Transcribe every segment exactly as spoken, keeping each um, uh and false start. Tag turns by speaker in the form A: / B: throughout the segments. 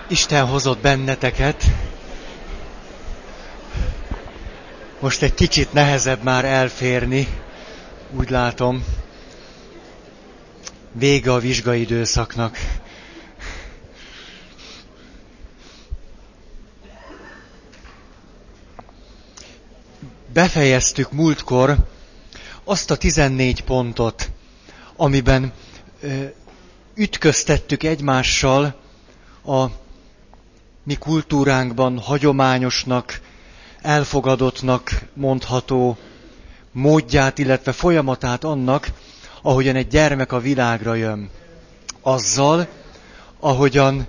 A: Isten hozott benneteket. Most egy kicsit nehezebb már elférni, úgy látom. Vége a vizsgaidőszaknak. Befejeztük múltkor azt a tizennégy pontot, amiben ö, ütköztettük egymással a mi kultúránkban hagyományosnak, elfogadottnak mondható módját, illetve folyamatát annak, ahogyan egy gyermek a világra jön. Azzal, ahogyan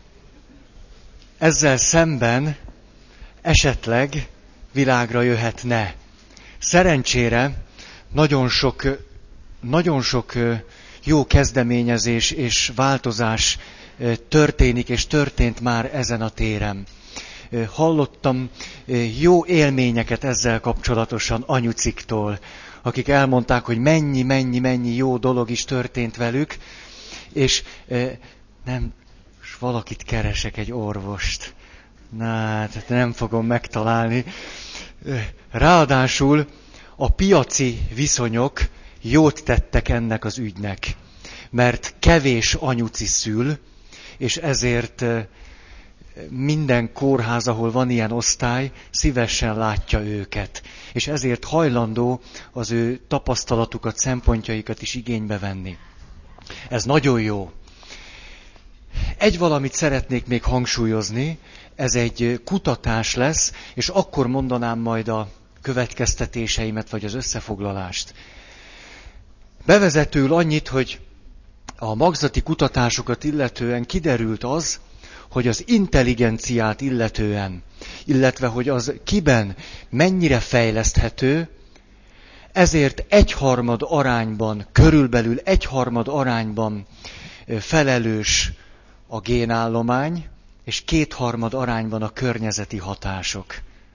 A: ezzel szemben esetleg világra jöhetne. Szerencsére nagyon sok, nagyon sok jó kezdeményezés és változás történik és történt már ezen a téren. Hallottam jó élményeket ezzel kapcsolatosan anyuciktól, akik elmondták, hogy mennyi, mennyi, mennyi jó dolog is történt velük, és nem, és valakit keresek, egy orvost. Na, hát nem fogom megtalálni. Ráadásul a piaci viszonyok jót tettek ennek az ügynek, mert kevés anyuci szül, és ezért minden kórház, ahol van ilyen osztály, szívesen látja őket. És ezért hajlandó az ő tapasztalatukat, szempontjaikat is igénybe venni. Ez nagyon jó. Egy valamit szeretnék még hangsúlyozni, ez egy kutatás lesz, és akkor mondanám majd a következtetéseimet, vagy az összefoglalást. Bevezetőül annyit, hogy a magzati kutatásokat illetően kiderült az, hogy az intelligenciát illetően, illetve hogy az kiben mennyire fejleszthető, ezért egyharmad arányban, körülbelül egyharmad arányban felelős a génállomány, és kétharmad arányban a környezeti hatások.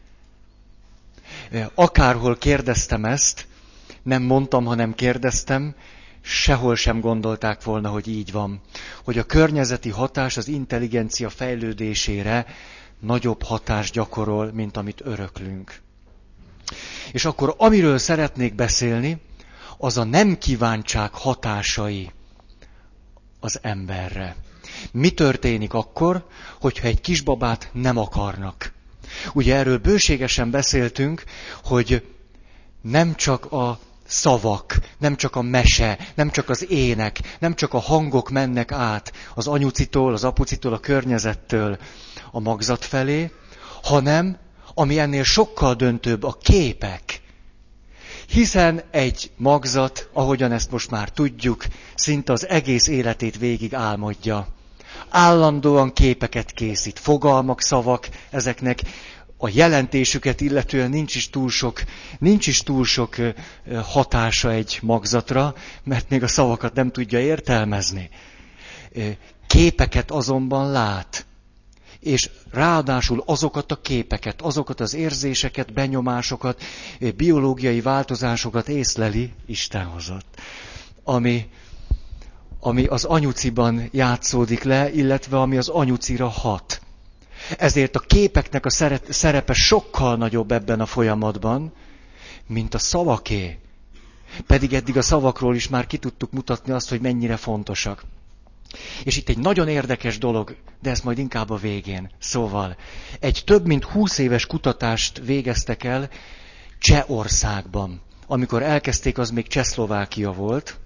A: Akárhol kérdeztem ezt, nem mondtam, hanem kérdeztem, sehol sem gondolták volna, hogy így van. Hogy a környezeti hatás az intelligencia fejlődésére nagyobb hatást gyakorol, mint amit öröklünk. És akkor amiről szeretnék beszélni, az a nem kívántság hatásai az emberre. Mi történik akkor, hogyha egy kisbabát nem akarnak? Ugye erről bőségesen beszéltünk, hogy nem csak a szavak, nem csak a mese, nem csak az ének, nem csak a hangok mennek át az anyucitól, az apucitól, a környezettől a magzat felé, hanem, ami ennél sokkal döntőbb, a képek. Hiszen egy magzat, ahogyan ezt most már tudjuk, szinte az egész életét végig álmodja. Állandóan képeket készít, fogalmak, szavak, ezeknek a jelentésüket illetően nincs is túl sok, nincs is túl sok hatása egy magzatra, mert még a szavakat nem tudja értelmezni. Képeket azonban lát, és ráadásul azokat a képeket, azokat az érzéseket, benyomásokat, biológiai változásokat észleli, Isten hozott, ami, ami az anyuciban játszódik le, illetve ami az anyucira hat. Ezért a képeknek a szerepe sokkal nagyobb ebben a folyamatban, mint a szavaké. Pedig eddig a szavakról is már ki tudtuk mutatni azt, hogy mennyire fontosak. És itt egy nagyon érdekes dolog, de ezt majd inkább a végén. Szóval, egy több mint húsz éves kutatást végeztek el Csehországban. Amikor elkezdték, az még Csehszlovákia volt.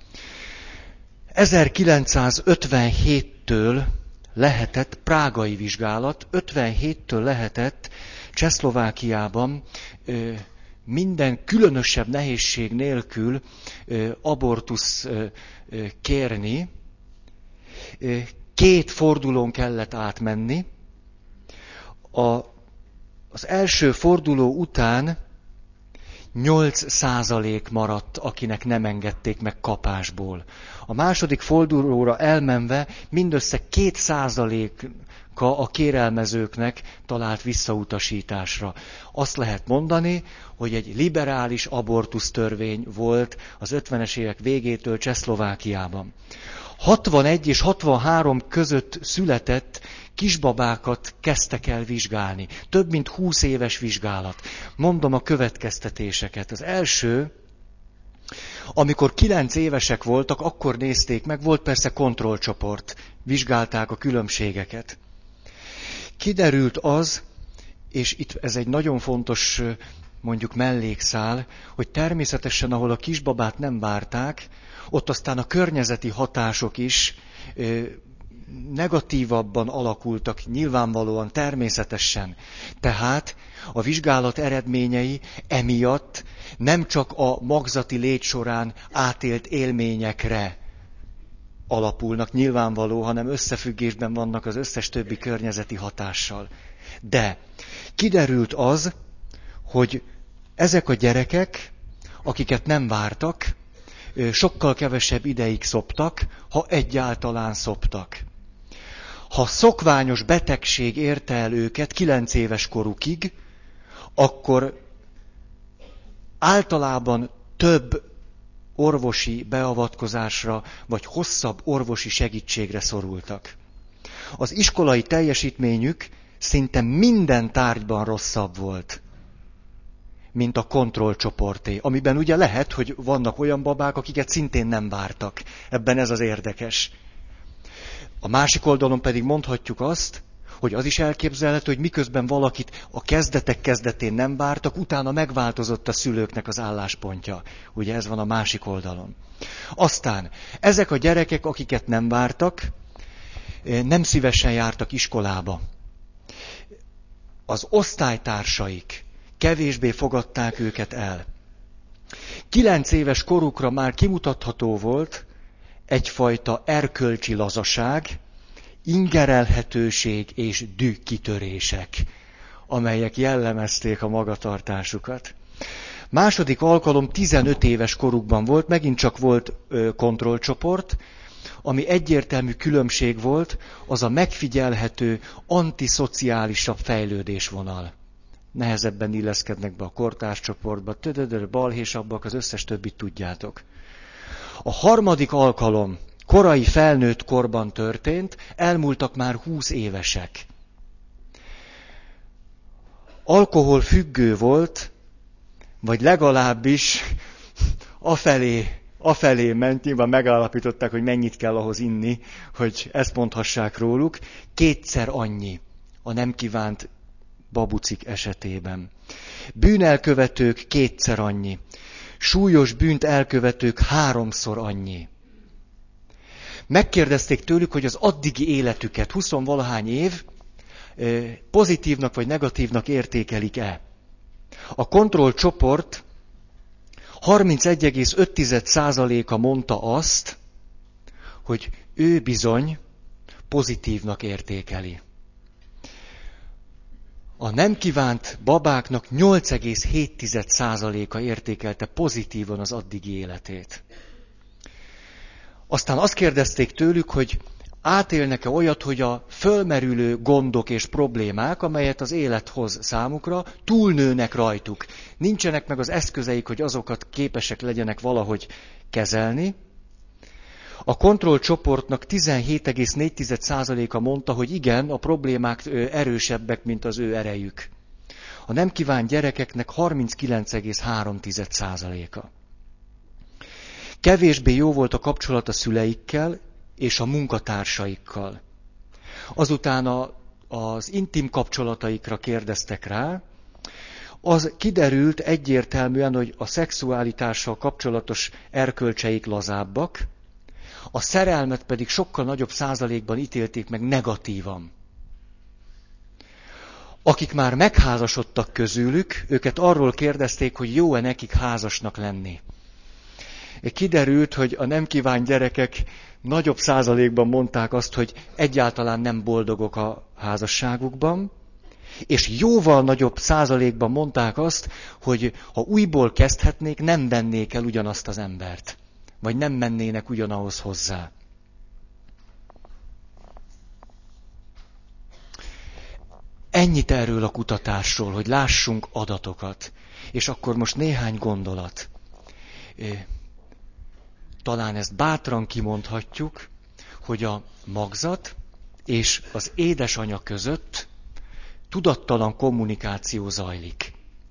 A: ezerkilencszázötvenhéttől lehetett prágai vizsgálat, ötvenhéttől lehetett Csehszlovákiában ö, minden különösebb nehézség nélkül ö, abortusz ö, ö, kérni. Ö, két fordulón kellett átmenni. A, az első forduló után nyolc százalék maradt, akinek nem engedték meg kapásból. A második fordulóra elmenve mindössze két százaléka a kérelmezőknek talált visszautasításra. Azt lehet mondani, hogy egy liberális abortusztörvény volt az ötvenes évek végétől Csehszlovákiában. hatvanegy és hatvanhárom között született kisbabákat kezdtek el vizsgálni. Több mint húsz éves vizsgálat. Mondom a következtetéseket. Az első, amikor kilenc évesek voltak, akkor nézték meg, volt persze kontrollcsoport, vizsgálták a különbségeket. Kiderült az, és itt ez egy nagyon fontos, mondjuk mellékszál, hogy természetesen, ahol a kisbabát nem várták, ott aztán a környezeti hatások is negatívabban alakultak, nyilvánvalóan, természetesen. Tehát a vizsgálat eredményei emiatt nem csak a magzati lét során átélt élményekre alapulnak, nyilvánvaló, hanem összefüggésben vannak az összes többi környezeti hatással. De kiderült az, hogy ezek a gyerekek, akiket nem vártak, sokkal kevesebb ideig szoptak, ha egyáltalán szoptak. Ha szokványos betegség érte el őket kilenc éves korukig, akkor általában több orvosi beavatkozásra vagy hosszabb orvosi segítségre szorultak. Az iskolai teljesítményük szinte minden tárgyban rosszabb volt, mint a kontrollcsoporté, amiben ugye lehet, hogy vannak olyan babák, akiket szintén nem vártak. Ebben ez az érdekes. A másik oldalon pedig mondhatjuk azt, hogy az is elképzelhető, hogy miközben valakit a kezdetek kezdetén nem vártak, utána megváltozott a szülőknek az álláspontja. Ugye ez van a másik oldalon. Aztán ezek a gyerekek, akiket nem vártak, nem szívesen jártak iskolába. Az osztálytársaik kevésbé fogadták őket el. Kilenc éves korukra már kimutatható volt egyfajta erkölcsi lazaság, ingerelhetőség és dühkitörések, amelyek jellemezték a magatartásukat. Második alkalom tizenöt éves korukban volt, megint csak volt ö, kontrollcsoport, ami egyértelmű különbség volt, az a megfigyelhető, antiszociálisabb fejlődésvonal. Nehezebben illeszkednek be a kortárscsoportba, tödödör, balhésabbak, az összes többit tudjátok. A harmadik alkalom korai felnőtt korban történt, elmúltak már húsz évesek. Alkohol függő volt, vagy legalábbis afelé, afelé ment, nyilván megállapították, hogy mennyit kell ahhoz inni, hogy ezt mondhassák róluk, kétszer annyi a nem kívánt babucik esetében. Bűnelkövetők kétszer annyi. Súlyos bűnt elkövetők háromszor annyi. Megkérdezték tőlük, hogy az addigi életüket, huszonvalahány év, pozitívnak vagy negatívnak értékelik-e. A kontrollcsoport harmincegy egész öt százaléka mondta azt, hogy ő bizony pozitívnak értékeli. A nem kívánt babáknak nyolc egész hét százaléka értékelte pozitívan az addigi életét. Aztán azt kérdezték tőlük, hogy átélnek-e olyat, hogy a fölmerülő gondok és problémák, amelyet az élet hoz számukra, túlnőnek rajtuk. Nincsenek meg az eszközeik, hogy azokat képesek legyenek valahogy kezelni. A kontrollcsoportnak tizenhét egész négy százaléka mondta, hogy igen, a problémák erősebbek, mint az ő erejük. A nem kívánt gyerekeknek harminckilenc egész három százaléka. Kevésbé jó volt a kapcsolat a szüleikkel és a munkatársaikkal. Azután a, az intim kapcsolataikra kérdeztek rá, az kiderült egyértelműen, hogy a szexualitással kapcsolatos erkölcseik lazábbak, a szerelmet pedig sokkal nagyobb százalékban ítélték meg negatívan. Akik már megházasodtak közülük, őket arról kérdezték, hogy jó-e nekik házasnak lenni. Kiderült, hogy a nem kívánt gyerekek nagyobb százalékban mondták azt, hogy egyáltalán nem boldogok a házasságukban, és jóval nagyobb százalékban mondták azt, hogy ha újból kezdhetnék, nem vennék el ugyanazt az embert, vagy nem mennének ugyanahoz hozzá. Ennyit erről a kutatásról, hogy lássunk adatokat. És akkor most néhány gondolat. Talán ezt bátran kimondhatjuk, hogy a magzat és az édesanyja között tudattalan kommunikáció zajlik.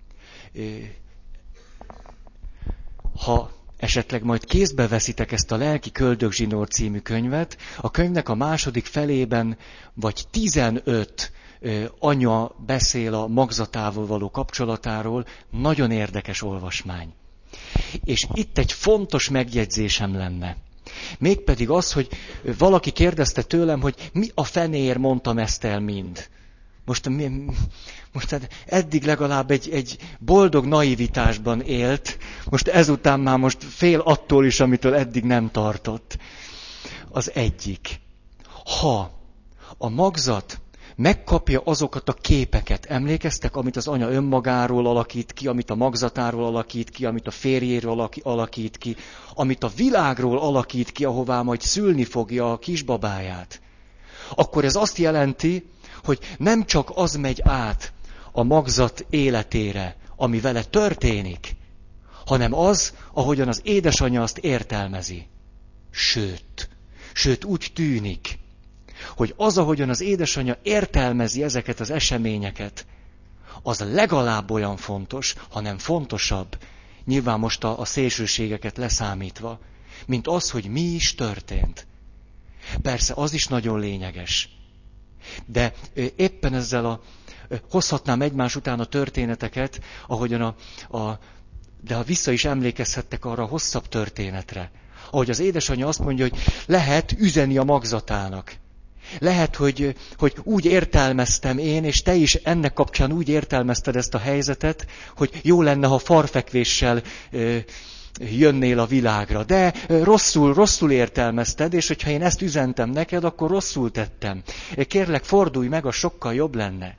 A: Ha esetleg majd kézbe veszitek ezt a Lelki Köldögzsinór című könyvet, a könyvnek a második felében vagy tizenöt anya beszél a magzatával való kapcsolatáról, nagyon érdekes olvasmány. És itt egy fontos megjegyzésem lenne. Mégpedig az, hogy valaki kérdezte tőlem, hogy mi a fenéért mondtam ezt el mind. Most, most hát eddig legalább egy, egy boldog naivitásban élt, most ezután már most fél attól is, amitől eddig nem tartott. Az egyik. Ha a magzat megkapja azokat a képeket, emlékeztek, amit az anya önmagáról alakít ki, amit a magzatáról alakít ki, amit a férjéről alakít ki, amit a világról alakít ki, ahová majd szülni fogja a kisbabáját, akkor ez azt jelenti, hogy nem csak az megy át a magzat életére, ami vele történik, hanem az, ahogyan az édesanyja azt értelmezi. Sőt, sőt úgy tűnik, hogy az, ahogyan az édesanyja értelmezi ezeket az eseményeket, az legalább olyan fontos, hanem fontosabb, nyilván most a, a szélsőségeket leszámítva, mint az, hogy mi is történt. Persze, az is nagyon lényeges. De éppen ezzel a, hozhatnám egymás után a történeteket, ahogyan a, a, de ha vissza is emlékezhettek arra a hosszabb történetre, ahogy az édesanyja azt mondja, hogy lehet üzeni a magzatának. Lehet, hogy, hogy úgy értelmeztem én, és te is ennek kapcsán úgy értelmezted ezt a helyzetet, hogy jó lenne, ha farfekvéssel ö, jönnél a világra. De rosszul, rosszul értelmezted, és hogyha én ezt üzentem neked, akkor rosszul tettem. Kérlek, fordulj meg, az sokkal jobb lenne.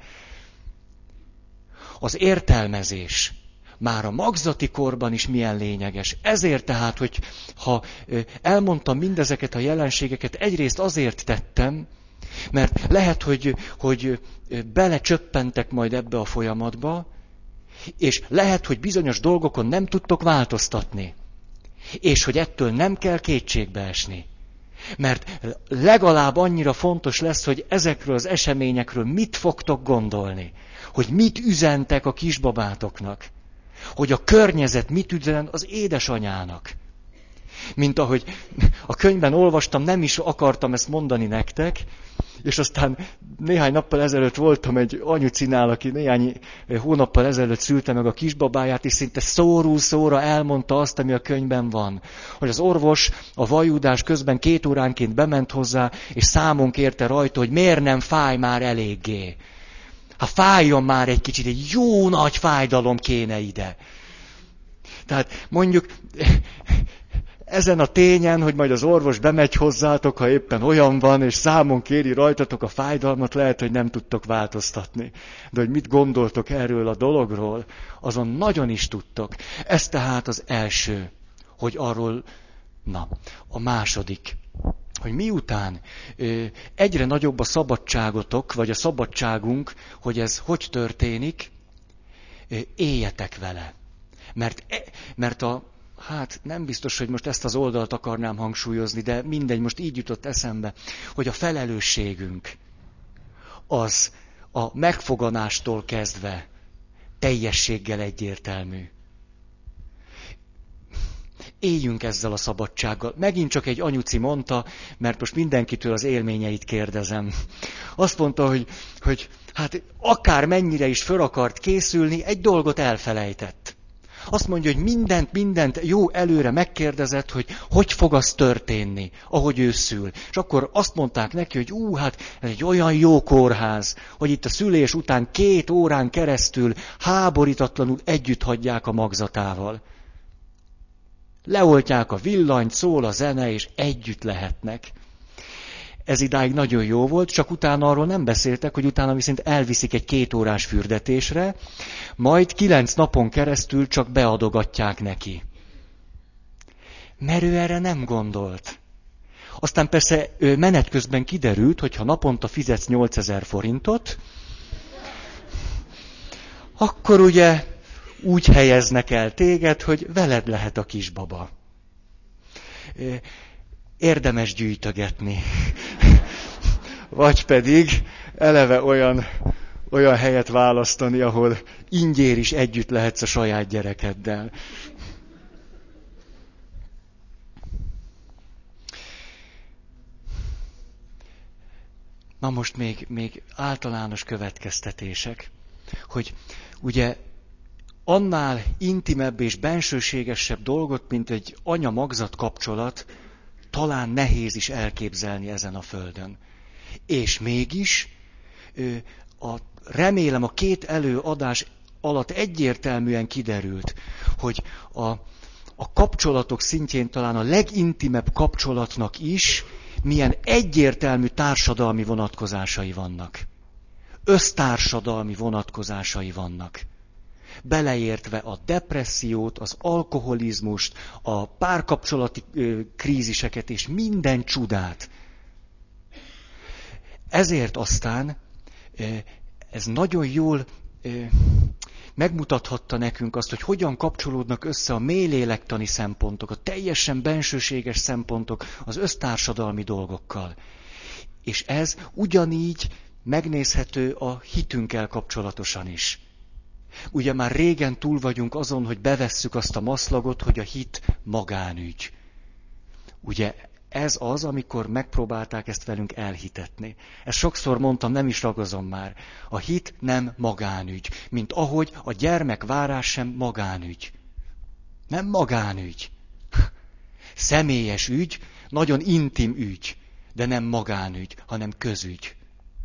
A: Az értelmezés már a magzati korban is milyen lényeges. Ezért tehát, hogy ha elmondtam mindezeket a jelenségeket, egyrészt azért tettem, mert lehet, hogy, hogy belecsöppentek majd ebbe a folyamatba, és lehet, hogy bizonyos dolgokon nem tudtok változtatni. És hogy ettől nem kell kétségbe esni. Mert legalább annyira fontos lesz, hogy ezekről az eseményekről mit fogtok gondolni. Hogy mit üzentek a kisbabátoknak. Hogy a környezet mit üzen az édesanyának. Mint ahogy a könyvben olvastam, nem is akartam ezt mondani nektek, és aztán néhány nappal ezelőtt voltam egy anyucinál, aki néhány hónappal ezelőtt szülte meg a kisbabáját, és szinte szóról szóra elmondta azt, ami a könyvben van. Hogy az orvos a vajúdás közben két óránként bement hozzá, és számon kérte rajta, hogy miért nem fáj már eléggé. Ha fájjon már egy kicsit, egy jó nagy fájdalom kéne ide. Tehát mondjuk ezen a tényen, hogy majd az orvos bemegy hozzátok, ha éppen olyan van, és számon kéri rajtatok a fájdalmat, lehet, hogy nem tudtok változtatni. De hogy mit gondoltok erről a dologról, azon nagyon is tudtok. Ez tehát az első, hogy arról, na, a második, hogy miután ö, egyre nagyobb a szabadságotok, vagy a szabadságunk, hogy ez hogy történik, ö, éljetek vele. Mert, mert a, hát nem biztos, hogy most ezt az oldalt akarnám hangsúlyozni, de mindegy, most így jutott eszembe, hogy a felelősségünk az a megfoganástól kezdve teljességgel egyértelmű. Éljünk ezzel a szabadsággal. Megint csak egy anyuci mondta, mert most mindenkitől az élményeit kérdezem. Azt mondta, hogy, hogy hát akár mennyire is föl akart készülni, egy dolgot elfelejtett. Azt mondja, hogy mindent, mindent jó előre megkérdezett, hogy hogy fog az történni, ahogy ő szül. És akkor azt mondták neki, hogy ú, hát ez egy olyan jó kórház, hogy itt a szülés után két órán keresztül háborítatlanul együtt hagyják a magzatával. Leoltják a villanyt, szól a zene, és együtt lehetnek. Ez idáig nagyon jó volt, csak utána arról nem beszéltek, hogy utána viszont elviszik egy két órás fürdetésre, majd kilenc napon keresztül csak beadogatják neki. Mert ő erre nem gondolt. Aztán persze menet közben kiderült, hogy ha naponta fizetsz nyolcezer forintot, akkor ugye úgy helyeznek el téged, hogy veled lehet a kisbaba. Érdemes gyűjtögetni. vagy pedig eleve olyan, olyan helyet választani, ahol ingyér is együtt lehetsz a saját gyerekeddel. Na most még, még általános következtetések, hogy ugye annál intimebb és bensőségesebb dolgot, mint egy anya-magzat kapcsolat, talán nehéz is elképzelni ezen a földön. És mégis, a, remélem a két előadás alatt egyértelműen kiderült, hogy a, a kapcsolatok szintjén talán a legintimebb kapcsolatnak is milyen egyértelmű társadalmi vonatkozásai vannak. Össztársadalmi vonatkozásai vannak. Beleértve a depressziót, az alkoholizmust, a párkapcsolati ö, kríziseket és minden csodát. Ezért aztán ö, ez nagyon jól ö, megmutathatta nekünk azt, hogy hogyan kapcsolódnak össze a mélylélektani szempontok, a teljesen bensőséges szempontok az össztársadalmi dolgokkal. És ez ugyanígy megnézhető a hitünkkel kapcsolatosan is. Ugye már régen túl vagyunk azon, hogy bevesszük azt a maszlagot, hogy a hit magánügy. Ugye ez az, amikor megpróbálták ezt velünk elhitetni. Ezt sokszor mondtam, nem is ragozom már. A hit nem magánügy, mint ahogy a gyermekvárás sem magánügy. Nem magánügy. Személyes ügy, nagyon intim ügy, de nem magánügy, hanem közügy.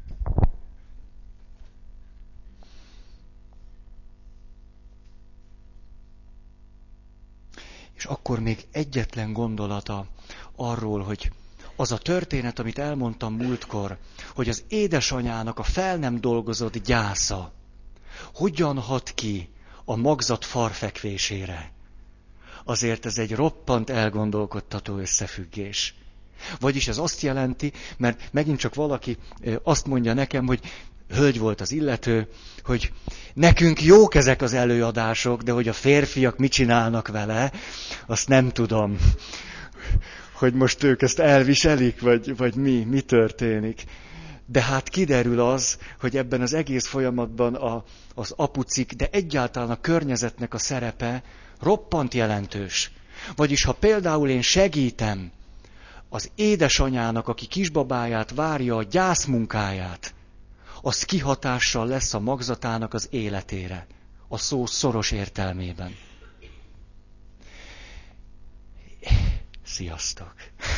A: És akkor még egyetlen gondolata arról, hogy az a történet, amit elmondtam múltkor, hogy az édesanyának a fel nem dolgozott gyásza hogyan hat ki a magzat farfekvésére. Azért ez egy roppant elgondolkodtató összefüggés. Vagyis ez azt jelenti, mert megint csak valaki azt mondja nekem, hogy hölgy volt az illető, hogy nekünk jók ezek az előadások, de hogy a férfiak mit csinálnak vele, azt nem tudom. Hogy most ők ezt elviselik, vagy, vagy mi, mi történik. De hát kiderül az, hogy ebben az egész folyamatban a, az apucik, de egyáltalán a környezetnek a szerepe roppant jelentős. Vagyis ha például én segítem az édesanyának, aki kisbabáját várja, a gyászmunkáját, az kihatással lesz a magzatának az életére, a szó szoros értelmében. Sziasztok!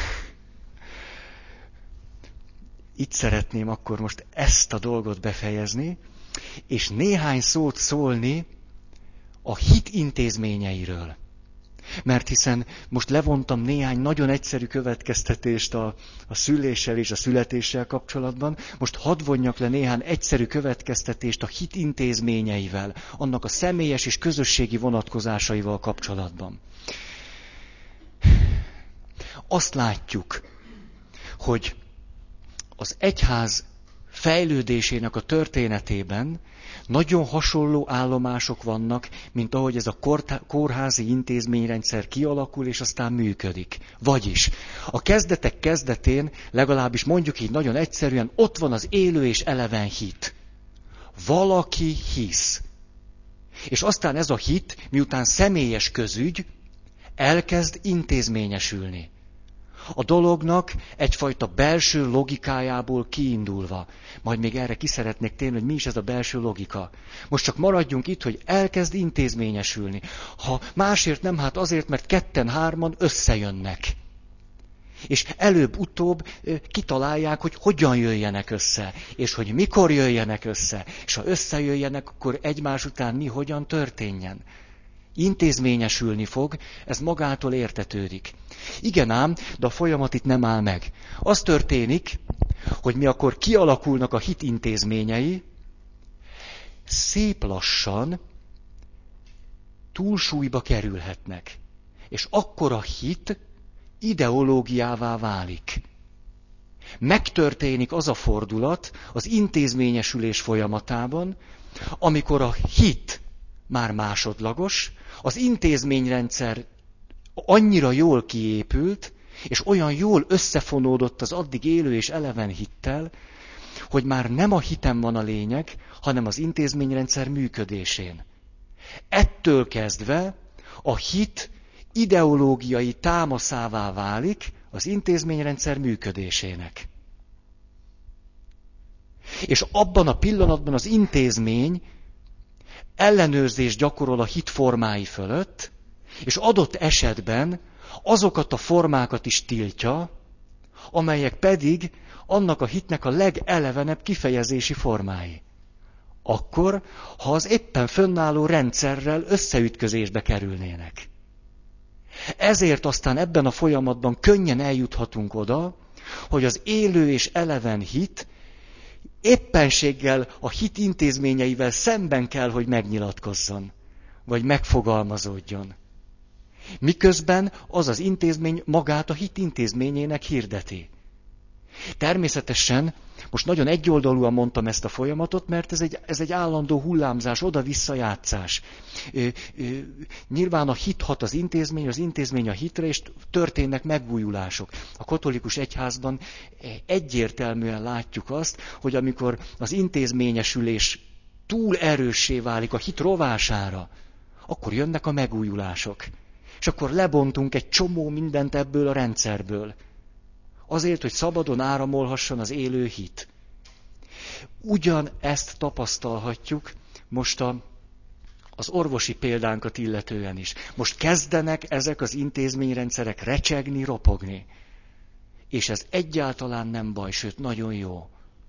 A: Itt szeretném akkor most ezt a dolgot befejezni, és néhány szót szólni a hit intézményeiről. Mert hiszen most levontam néhány nagyon egyszerű következtetést a, a szüléssel és a születéssel kapcsolatban, most hadd vonjak le néhány egyszerű következtetést a hit intézményeivel, annak a személyes és közösségi vonatkozásaival kapcsolatban. Azt látjuk, hogy az egyház fejlődésének a történetében nagyon hasonló állomások vannak, mint ahogy ez a kórházi intézményrendszer kialakul, és aztán működik. Vagyis a kezdetek kezdetén, legalábbis mondjuk így nagyon egyszerűen, ott van az élő és eleven hit. Valaki hisz. És aztán ez a hit, miután személyes közügy, elkezd intézményesülni. A dolognak egyfajta belső logikájából kiindulva. Majd még erre ki szeretnék térni, hogy mi is ez a belső logika. Most csak maradjunk itt, hogy elkezd intézményesülni. Ha másért nem, hát azért, mert ketten-hárman összejönnek. És előbb-utóbb kitalálják, hogy hogyan jöjjenek össze, és hogy mikor jöjjenek össze. És ha összejöjjenek, akkor egymás után mi hogyan történjen. Intézményesülni fog, ez magától értetődik. Igen ám, de a folyamat itt nem áll meg. Az történik, hogy mi akkor kialakulnak a hit intézményei, szép lassan túlsúlyba kerülhetnek. És akkor a hit ideológiává válik. Megtörténik az a fordulat az intézményesülés folyamatában, amikor a hit már másodlagos, az intézményrendszer annyira jól kiépült, és olyan jól összefonódott az addig élő és eleven hittel, hogy már nem a hitem van a lényeg, hanem az intézményrendszer működésén. Ettől kezdve a hit ideológiai támaszává válik az intézményrendszer működésének. És abban a pillanatban az intézmény ellenőrzést gyakorol a hit formái fölött, és adott esetben azokat a formákat is tiltja, amelyek pedig annak a hitnek a legelevenebb kifejezési formái. Akkor, ha az éppen fönnálló rendszerrel összeütközésbe kerülnének. Ezért aztán ebben a folyamatban könnyen eljuthatunk oda, hogy az élő és eleven hit éppenséggel a hit intézményeivel szemben kell, hogy megnyilatkozzon, vagy megfogalmazódjon. Miközben az az intézmény magát a hit intézményének hirdeti. Természetesen, most nagyon egyoldalúan mondtam ezt a folyamatot, mert ez egy, ez egy állandó hullámzás, oda-vissza játszás. Ö, ö, nyilván a hit hat az intézmény, az intézmény a hitre, és történnek megújulások. A katolikus egyházban egyértelműen látjuk azt, hogy amikor az intézményesülés túl erőssé válik a hit rovására, akkor jönnek a megújulások. És akkor lebontunk egy csomó mindent ebből a rendszerből. Azért, hogy szabadon áramolhasson az élő hit. Ugyan ezt tapasztalhatjuk most a, az orvosi példánkat illetően is. Most kezdenek ezek az intézményrendszerek recsegni, ropogni. És ez egyáltalán nem baj, sőt, nagyon jó.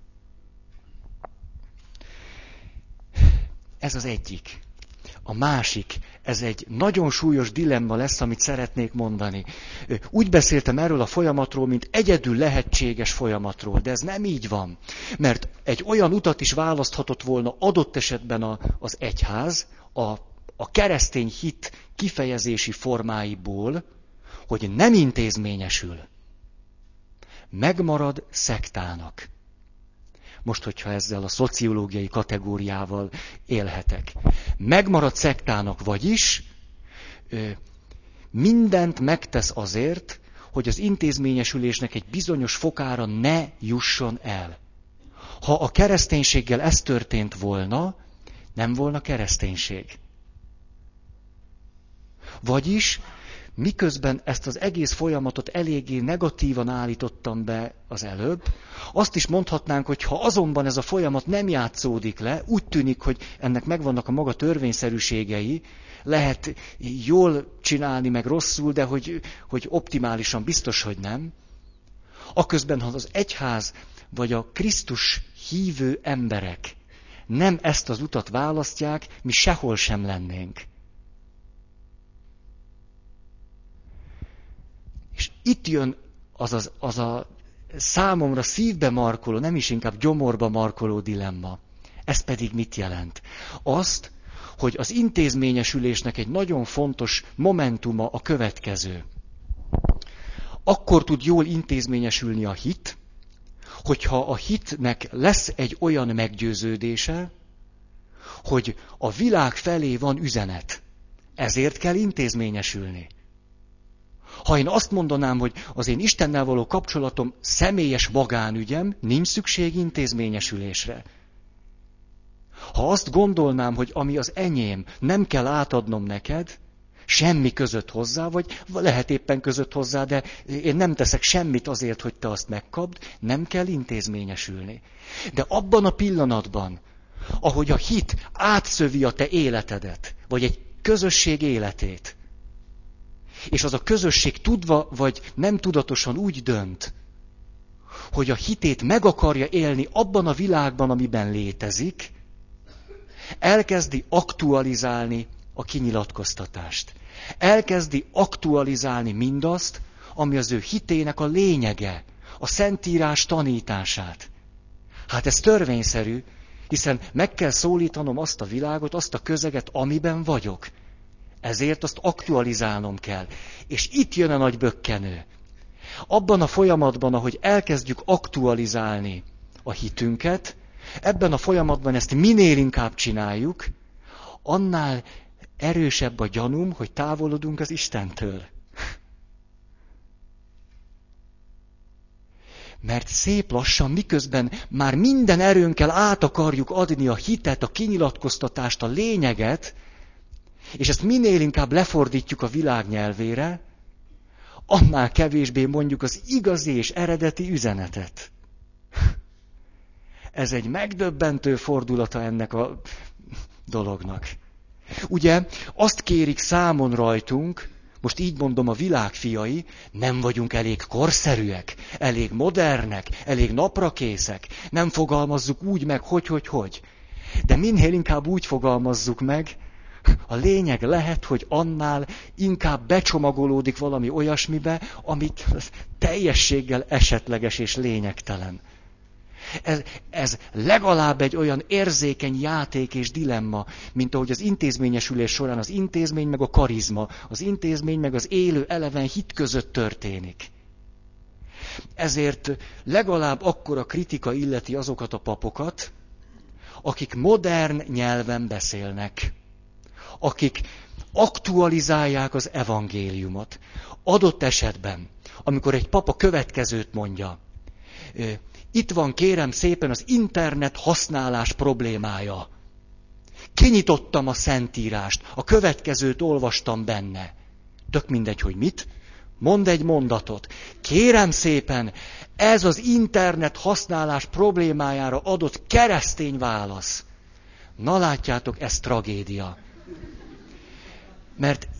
A: Ez az egyik. A másik, ez egy nagyon súlyos dilemma lesz, amit szeretnék mondani. Úgy beszéltem erről a folyamatról, mint egyedül lehetséges folyamatról, de ez nem így van. Mert egy olyan utat is választhatott volna adott esetben a, az egyház, a, a keresztény hit kifejezési formáiból, hogy nem intézményesül. Megmarad szektának. Most, hogyha ezzel a szociológiai kategóriával élhetek. Megmarad szektának, vagyis ö, mindent megtesz azért, hogy az intézményesülésnek egy bizonyos fokára ne jusson el. Ha a kereszténységgel ez történt volna, nem volna kereszténység. Vagyis, miközben ezt az egész folyamatot eléggé negatívan állítottam be az előbb, azt is mondhatnánk, hogy ha azonban ez a folyamat nem játszódik le, úgy tűnik, hogy ennek megvannak a maga törvényszerűségei, lehet jól csinálni, meg rosszul, de hogy, hogy optimálisan biztos, hogy nem. Aközben, ha az egyház vagy a Krisztus hívő emberek nem ezt az utat választják, mi sehol sem lennénk. És itt jön az, az, az a számomra szívbe markoló, nem is inkább gyomorba markoló dilemma. Ez pedig mit jelent? Azt, hogy az intézményesülésnek egy nagyon fontos momentuma a következő. Akkor tud jól intézményesülni a hit, hogyha a hitnek lesz egy olyan meggyőződése, hogy a világ felé van üzenet. Ezért kell intézményesülni. Ha én azt mondanám, hogy az én Istennel való kapcsolatom személyes magánügyem, nincs szükség intézményesülésre. Ha azt gondolnám, hogy ami az enyém, nem kell átadnom neked, semmi között hozzá, vagy lehet éppen között hozzá, de én nem teszek semmit azért, hogy te azt megkapd, nem kell intézményesülni. De abban a pillanatban, ahogy a hit átszövi a te életedet, vagy egy közösség életét, és az a közösség tudva vagy nem tudatosan úgy dönt, hogy a hitét meg akarja élni abban a világban, amiben létezik, elkezdi aktualizálni a kinyilatkoztatást. Elkezdi aktualizálni mindazt, ami az ő hitének a lényege, a Szentírás tanítását. Hát ez törvényszerű, hiszen meg kell szólítanom azt a világot, azt a közeget, amiben vagyok. Ezért azt aktualizálnom kell. És itt jön a nagy bökkenő. Abban a folyamatban, ahogy elkezdjük aktualizálni a hitünket, ebben a folyamatban ezt minél inkább csináljuk, annál erősebb a gyanúm, hogy távolodunk az Istentől. Mert szép lassan, miközben már minden erőnkkel át akarjuk adni a hitet, a kinyilatkoztatást, a lényeget, és ezt minél inkább lefordítjuk a világ nyelvére, annál kevésbé mondjuk az igazi és eredeti üzenetet. Ez egy megdöbbentő fordulata ennek a dolognak. Ugye azt kérik számon rajtunk, most így mondom, a világ fiai, nem vagyunk elég korszerűek, elég modernek, elég naprakészek, nem fogalmazzuk úgy meg, hogy, hogy, hogy. De minél inkább úgy fogalmazzuk meg, a lényeg lehet, hogy annál inkább becsomagolódik valami olyasmibe, amit teljességgel esetleges és lényegtelen. Ez, ez legalább egy olyan érzékeny játék és dilemma, mint ahogy az intézményesülés során az intézmény meg a karizma, az intézmény meg az élő eleven hit között történik. Ezért legalább akkora kritika illeti azokat a papokat, akik modern nyelven beszélnek, akik aktualizálják az evangéliumot. Adott esetben, amikor egy pap a következőt mondja, itt van kérem szépen az internet használás problémája. Kinyitottam a Szentírást, a következőt olvastam benne. Tök mindegy, hogy mit. Mond egy mondatot. Kérem szépen, ez az internet használás problémájára adott keresztény válasz. Na látjátok, ez tragédia. Mert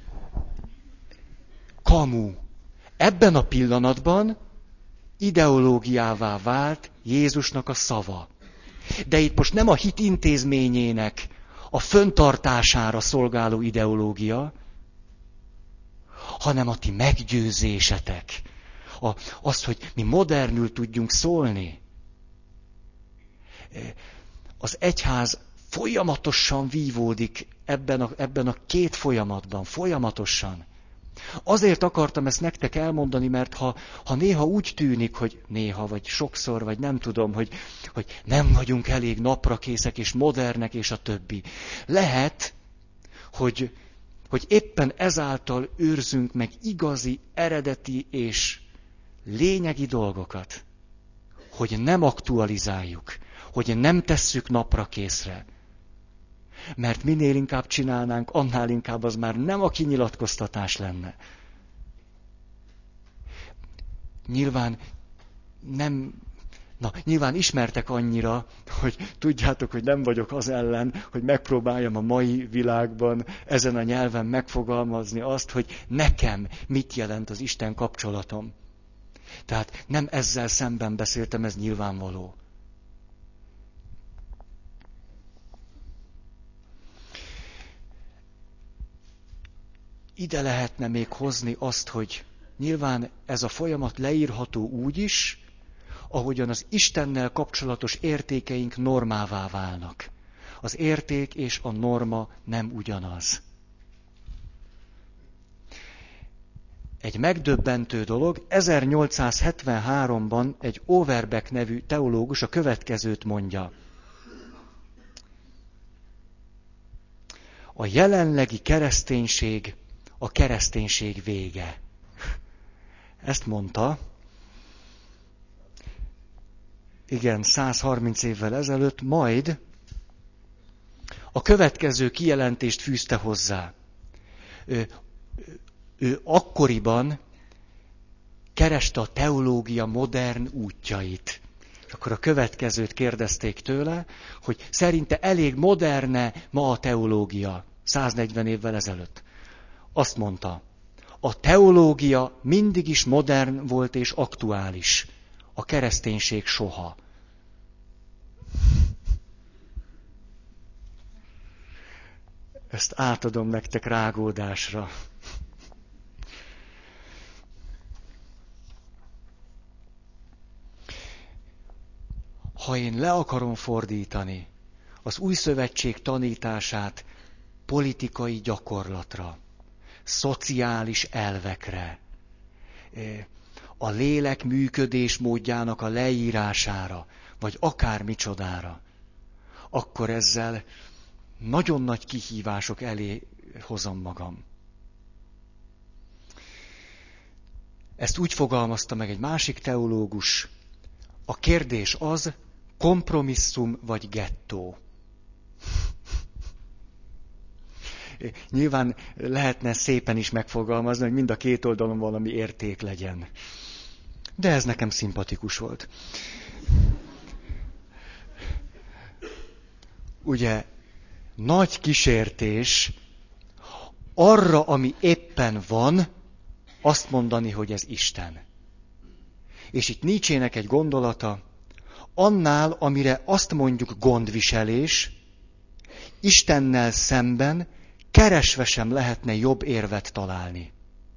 A: kamu. Ebben a pillanatban ideológiává vált Jézusnak a szava. De itt most nem a hit intézményének a föntartására szolgáló ideológia, hanem a ti meggyőzésetek. A, az, hogy mi modernül tudjunk szólni. Az egyház folyamatosan vívódik ebben a, ebben a két folyamatban, folyamatosan. Azért akartam ezt nektek elmondani, mert ha, ha néha úgy tűnik, hogy néha, vagy sokszor, vagy nem tudom, hogy, hogy nem vagyunk elég naprakészek és modernek, és a többi. Lehet, hogy, hogy éppen ezáltal őrzünk meg igazi, eredeti és lényegi dolgokat. Hogy nem aktualizáljuk, hogy nem tesszük naprakészre. Mert minél inkább csinálnánk, annál inkább az már nem a kinyilatkoztatás lenne. Nyilván nem, na, nyilván ismertek annyira, hogy tudjátok, hogy nem vagyok az ellen, hogy megpróbáljam a mai világban ezen a nyelven megfogalmazni azt, hogy nekem mit jelent az Isten kapcsolatom. Tehát nem ezzel szemben beszéltem, ez nyilvánvaló. Ide lehetne még hozni azt, hogy nyilván ez a folyamat leírható úgy is, ahogyan az Istennel kapcsolatos értékeink normává válnak. Az érték és a norma nem ugyanaz. Egy megdöbbentő dolog, ezernyolcszázhetvenháromban egy Overbeck nevű teológus a következőt mondja. A jelenlegi kereszténység a kereszténység vége. Ezt mondta, igen, száz harminc évvel ezelőtt, majd a következő kijelentést fűzte hozzá. Ő, ő akkoriban kereste a teológia modern útjait. És akkor a következőt kérdezték tőle, hogy szerinte elég moderne ma a teológia, száznegyven évvel ezelőtt. Azt mondta, a teológia mindig is modern volt és aktuális, a kereszténység soha. Ezt átadom nektek rágódásra. Ha én le akarom fordítani az új szövetség tanítását politikai gyakorlatra, szociális elvekre, a lélek működés módjának a leírására, vagy akármicsodára, akkor ezzel nagyon nagy kihívások elé hozom magam. Ezt úgy fogalmazta meg egy másik teológus, A kérdés az, kompromisszum vagy gettó. Nyilván lehetne szépen is megfogalmazni, hogy mind a két oldalon valami érték legyen. De ez nekem szimpatikus volt. Ugye, nagy kísértés arra, ami éppen van, azt mondani, hogy ez Isten. És itt Nietzsének egy gondolata, annál, amire azt mondjuk gondviselés, Istennel szemben keresve sem lehetne jobb érvet találni.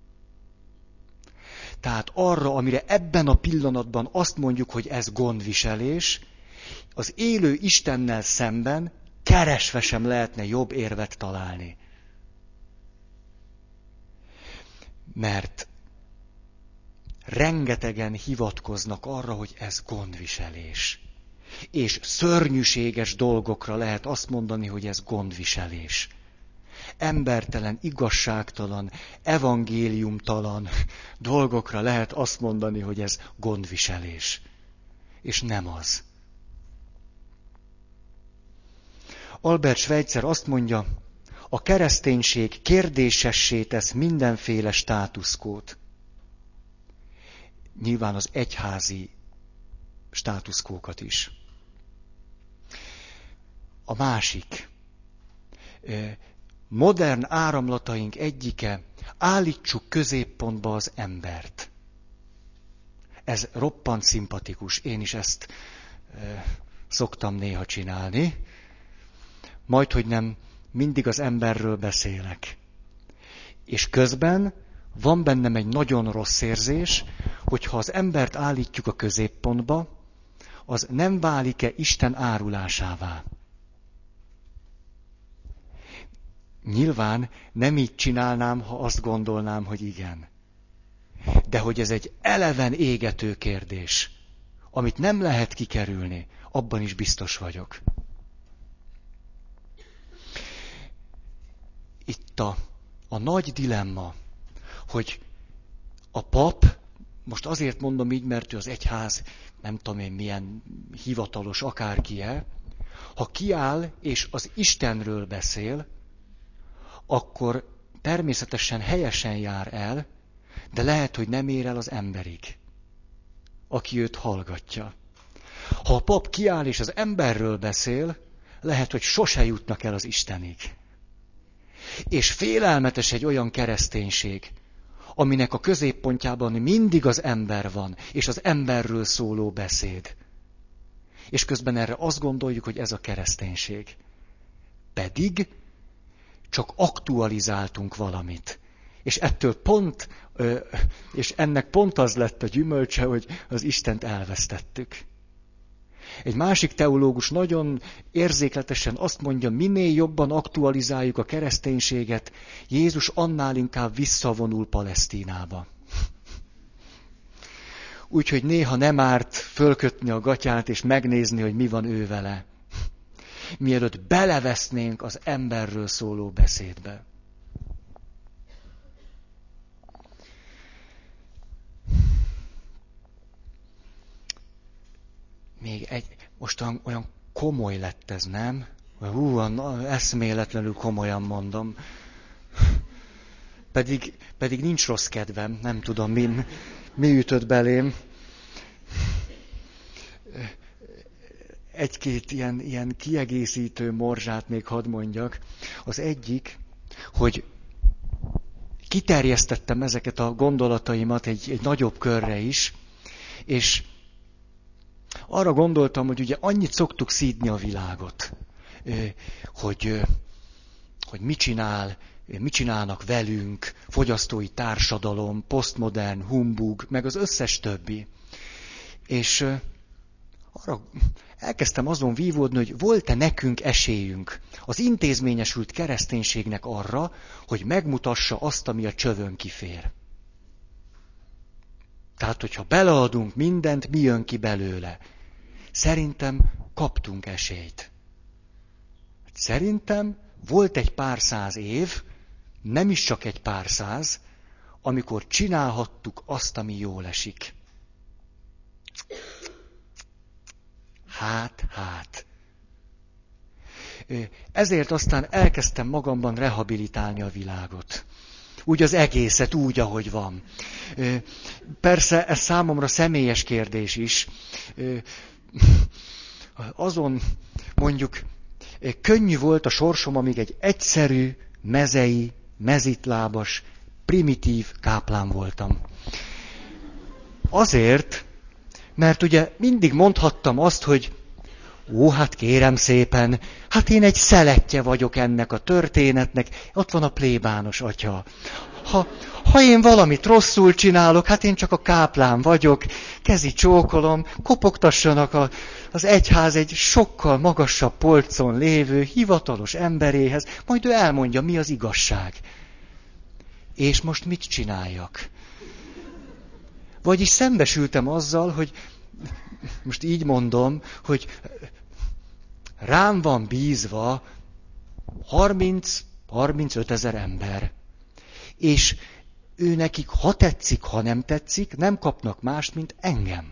A: Tehát arra, amire ebben a pillanatban azt mondjuk, hogy ez gondviselés, az élő Istennel szemben keresve sem lehetne jobb érvet találni. Mert rengetegen hivatkoznak arra, hogy ez gondviselés. És szörnyűséges dolgokra lehet azt mondani, hogy ez gondviselés. Embertelen, igazságtalan, evangéliumtalan dolgokra lehet azt mondani, hogy ez gondviselés. És nem az. Albert Schweitzer azt mondja, a kereszténység kérdésessé tesz mindenféle státuszkót. Nyilván az egyházi státuszkókat is. A másik. Modern áramlataink egyike, állítsuk középpontba az embert. Ez roppant szimpatikus, én is ezt e, szoktam néha csinálni. Majdhogy nem mindig az emberről beszélek. És közben van bennem egy nagyon rossz érzés, hogyha az embert állítjuk a középpontba, az nem válik-e Isten árulásává. Nyilván nem így csinálnám, ha azt gondolnám, hogy igen. De hogy ez egy eleven égető kérdés, amit nem lehet kikerülni, abban is biztos vagyok. Itt a, a nagy dilemma, hogy a pap, most azért mondom így, mert ő az egyház, nem tudom én milyen hivatalos akárki-e, ha kiáll és az Istenről beszél, akkor természetesen helyesen jár el, de lehet, hogy nem ér el az emberig, aki őt hallgatja. Ha a pap kiáll és az emberről beszél, lehet, hogy sose jutnak el az Istenig. És félelmetes egy olyan kereszténység, aminek a középpontjában mindig az ember van, és az emberről szóló beszéd. És közben erre azt gondoljuk, hogy ez a kereszténység. Pedig csak aktualizáltunk valamit. És ettől pont, és ennek pont az lett a gyümölcse, hogy az Istent elvesztettük. Egy másik teológus nagyon érzékletesen azt mondja, minél jobban aktualizáljuk a kereszténységet, Jézus annál inkább visszavonul Palesztinába. Úgyhogy néha nem árt fölkötni a gatyát és megnézni, hogy mi van ő vele. Mielőtt belevesznénk az emberről szóló beszédbe. Még egy, most olyan komoly lett ez, nem? Hú, eszméletlenül komolyan mondom. Pedig, pedig nincs rossz kedvem, nem tudom, mi, mi ütött belém. Egy-két ilyen, ilyen kiegészítő morzsát még hadd mondjak. Az egyik, hogy kiterjesztettem ezeket a gondolataimat egy, egy nagyobb körre is, és arra gondoltam, hogy ugye annyit szoktuk szídni a világot, hogy, hogy mit csinál, mit csinálnak velünk, fogyasztói társadalom, posztmodern, humbug, meg az összes többi. És arra elkezdtem azon vívódni, hogy volt-e nekünk esélyünk az intézményesült kereszténységnek arra, hogy megmutassa azt, ami a csövön kifér. Tehát, hogyha beleadunk mindent, mi jön ki belőle? Szerintem kaptunk esélyt. Szerintem volt egy pár száz év, nem is csak egy pár száz, amikor csinálhattuk azt, ami jól esik. Hát, hát. Ezért aztán elkezdtem magamban rehabilitálni a világot. Úgy az egészet, úgy, ahogy van. Persze ez számomra személyes kérdés is. Azon mondjuk könnyű volt a sorsom, amíg egy egyszerű, mezei, mezitlábas, primitív káplán voltam. Azért, mert ugye mindig mondhattam azt, hogy ó, hát kérem szépen, hát én egy szelettje vagyok ennek a történetnek, ott van a plébános atya. Ha, ha én valamit rosszul csinálok, hát én csak a káplán vagyok, kezi csókolom, kopogtassanak a, az egyház egy sokkal magasabb polcon lévő hivatalos emberéhez, majd ő elmondja, mi az igazság. És most mit csináljak? Vagyis szembesültem azzal, hogy most így mondom, hogy rám van bízva harminc-harmincöt ezer ember. És ő nekik, ha tetszik, ha nem tetszik, nem kapnak mást, mint engem.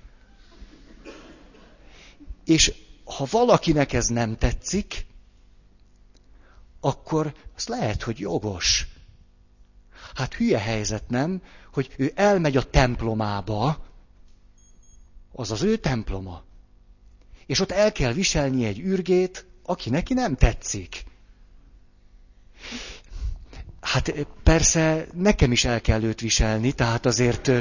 A: És ha valakinek ez nem tetszik, akkor az lehet, hogy jogos. Hát hülye helyzet, nem? Hogy ő elmegy a templomába, az az ő temploma. És ott el kell viselni egy ürgét, aki neki nem tetszik. Hát persze nekem is el kell őt viselni, tehát azért,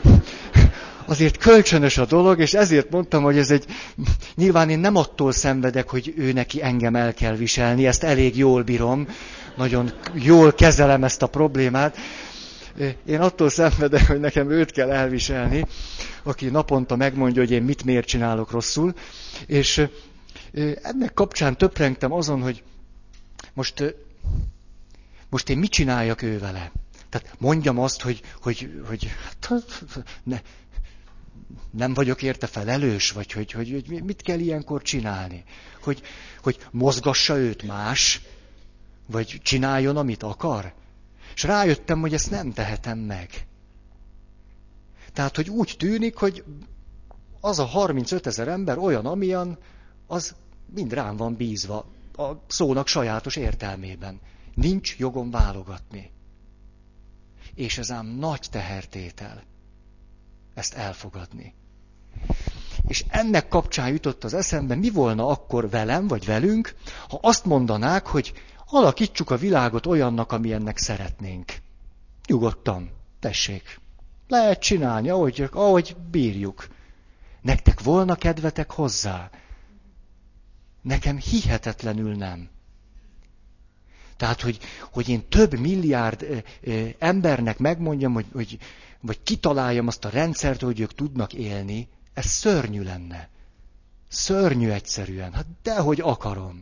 A: azért kölcsönös a dolog, és ezért mondtam, hogy ez egy... Nyilván én nem attól szenvedek, hogy ő neki engem el kell viselni, ezt elég jól bírom, nagyon jól kezelem ezt a problémát. Én attól szenvedek, hogy nekem őt kell elviselni, aki naponta megmondja, hogy én mit miért csinálok rosszul. És ennek kapcsán töprengtem azon, hogy most, most én mit csináljak ő vele. Tehát mondjam azt, hogy, hogy, hogy hát, ne, nem vagyok érte felelős, vagy hogy, hogy, hogy mit kell ilyenkor csinálni. Hogy, hogy mozgassa őt más, vagy csináljon, amit akar. És rájöttem, hogy ezt nem tehetem meg. Tehát, hogy úgy tűnik, hogy az a harmincöt ezer ember olyan, amilyen, az mind rám van bízva, a szónak sajátos értelmében. Nincs jogom válogatni. És ez ám nagy tehertétel ezt elfogadni. És ennek kapcsán jutott az eszembe, mi volna akkor velem, vagy velünk, ha azt mondanák, hogy alakítsuk a világot olyannak, amilyennek szeretnénk. Nyugodtan, tessék. Lehet csinálni, ahogy, ahogy bírjuk. Nektek volna kedvetek hozzá? Nekem hihetetlenül nem. Tehát, hogy, hogy én több milliárd ö, ö, embernek megmondjam, hogy, hogy, vagy kitaláljam azt a rendszert, hogy ők tudnak élni, ez szörnyű lenne. Szörnyű egyszerűen. Hát dehogy akarom.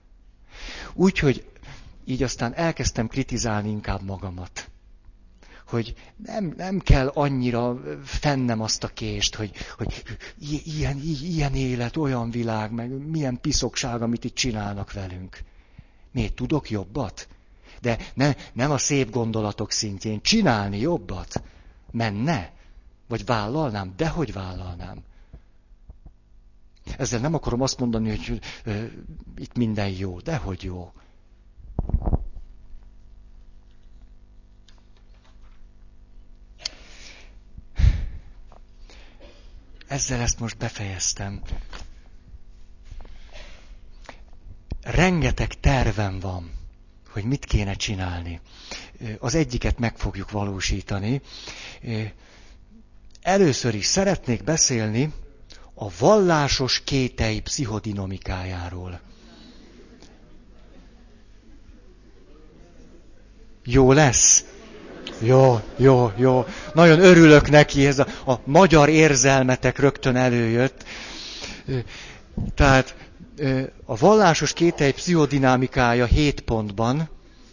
A: Úgyhogy így aztán elkezdtem kritizálni inkább magamat. Hogy nem, nem kell annyira fennem azt a kést, hogy, hogy ilyen, ilyen élet, olyan világ, meg milyen piszokság, amit itt csinálnak velünk. Miért tudok jobbat? De ne, nem a szép gondolatok szintjén. Csinálni jobbat? Menne? Vagy vállalnám? Dehogy vállalnám. Ezzel nem akarom azt mondani, hogy ö, itt minden jó. Dehogy jó. Ezzel ezt most befejeztem. Rengeteg tervem van, hogy mit kéne csinálni. Az egyiket meg fogjuk valósítani. Először is szeretnék beszélni a vallásos kételj pszichodinamikájáról. Jó lesz? Jó, jó, jó. Nagyon örülök neki, ez a, a magyar érzelmetek rögtön előjött. Tehát a vallásos kételj pszichodinamikája hét pontban,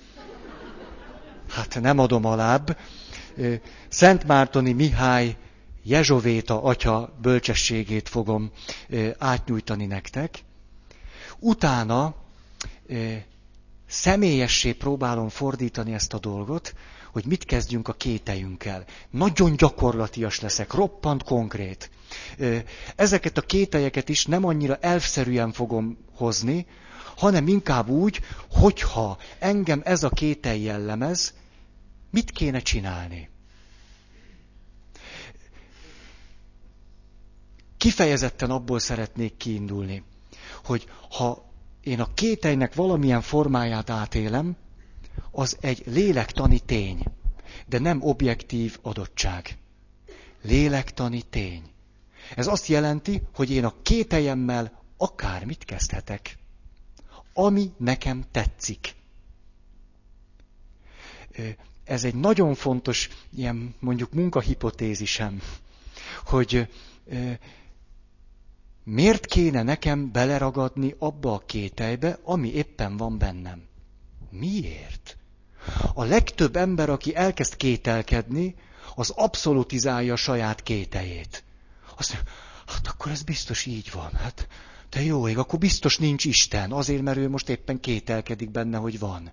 A: hát nem adom alább, Szentmártoni Mihály Jezsovéta atya bölcsességét fogom átnyújtani nektek. Utána személyessé próbálom fordítani ezt a dolgot, hogy mit kezdjünk a kételyünkkel. Nagyon gyakorlatias leszek, roppant konkrét. Ezeket a kételyeket is nem annyira elfszerűen fogom hozni, hanem inkább úgy, hogyha engem ez a kételj jellemez, mit kéne csinálni? Kifejezetten abból szeretnék kiindulni, hogy ha én a kételynek valamilyen formáját átélem, az egy lélektani tény, de nem objektív adottság. Lélektani tény. Ez azt jelenti, hogy én a kételyemmel akármit kezdhetek, ami nekem tetszik. Ez egy nagyon fontos, ilyen mondjuk munkahipotézisem, hogy miért kéne nekem beleragadni abba a kételybe, ami éppen van bennem? Miért? A legtöbb ember, aki elkezd kételkedni, az abszolutizálja a saját kételyét. Azt mondja, hát akkor ez biztos így van. Hát, de jó ég, akkor biztos nincs Isten, azért, mert ő most éppen kételkedik benne, hogy van.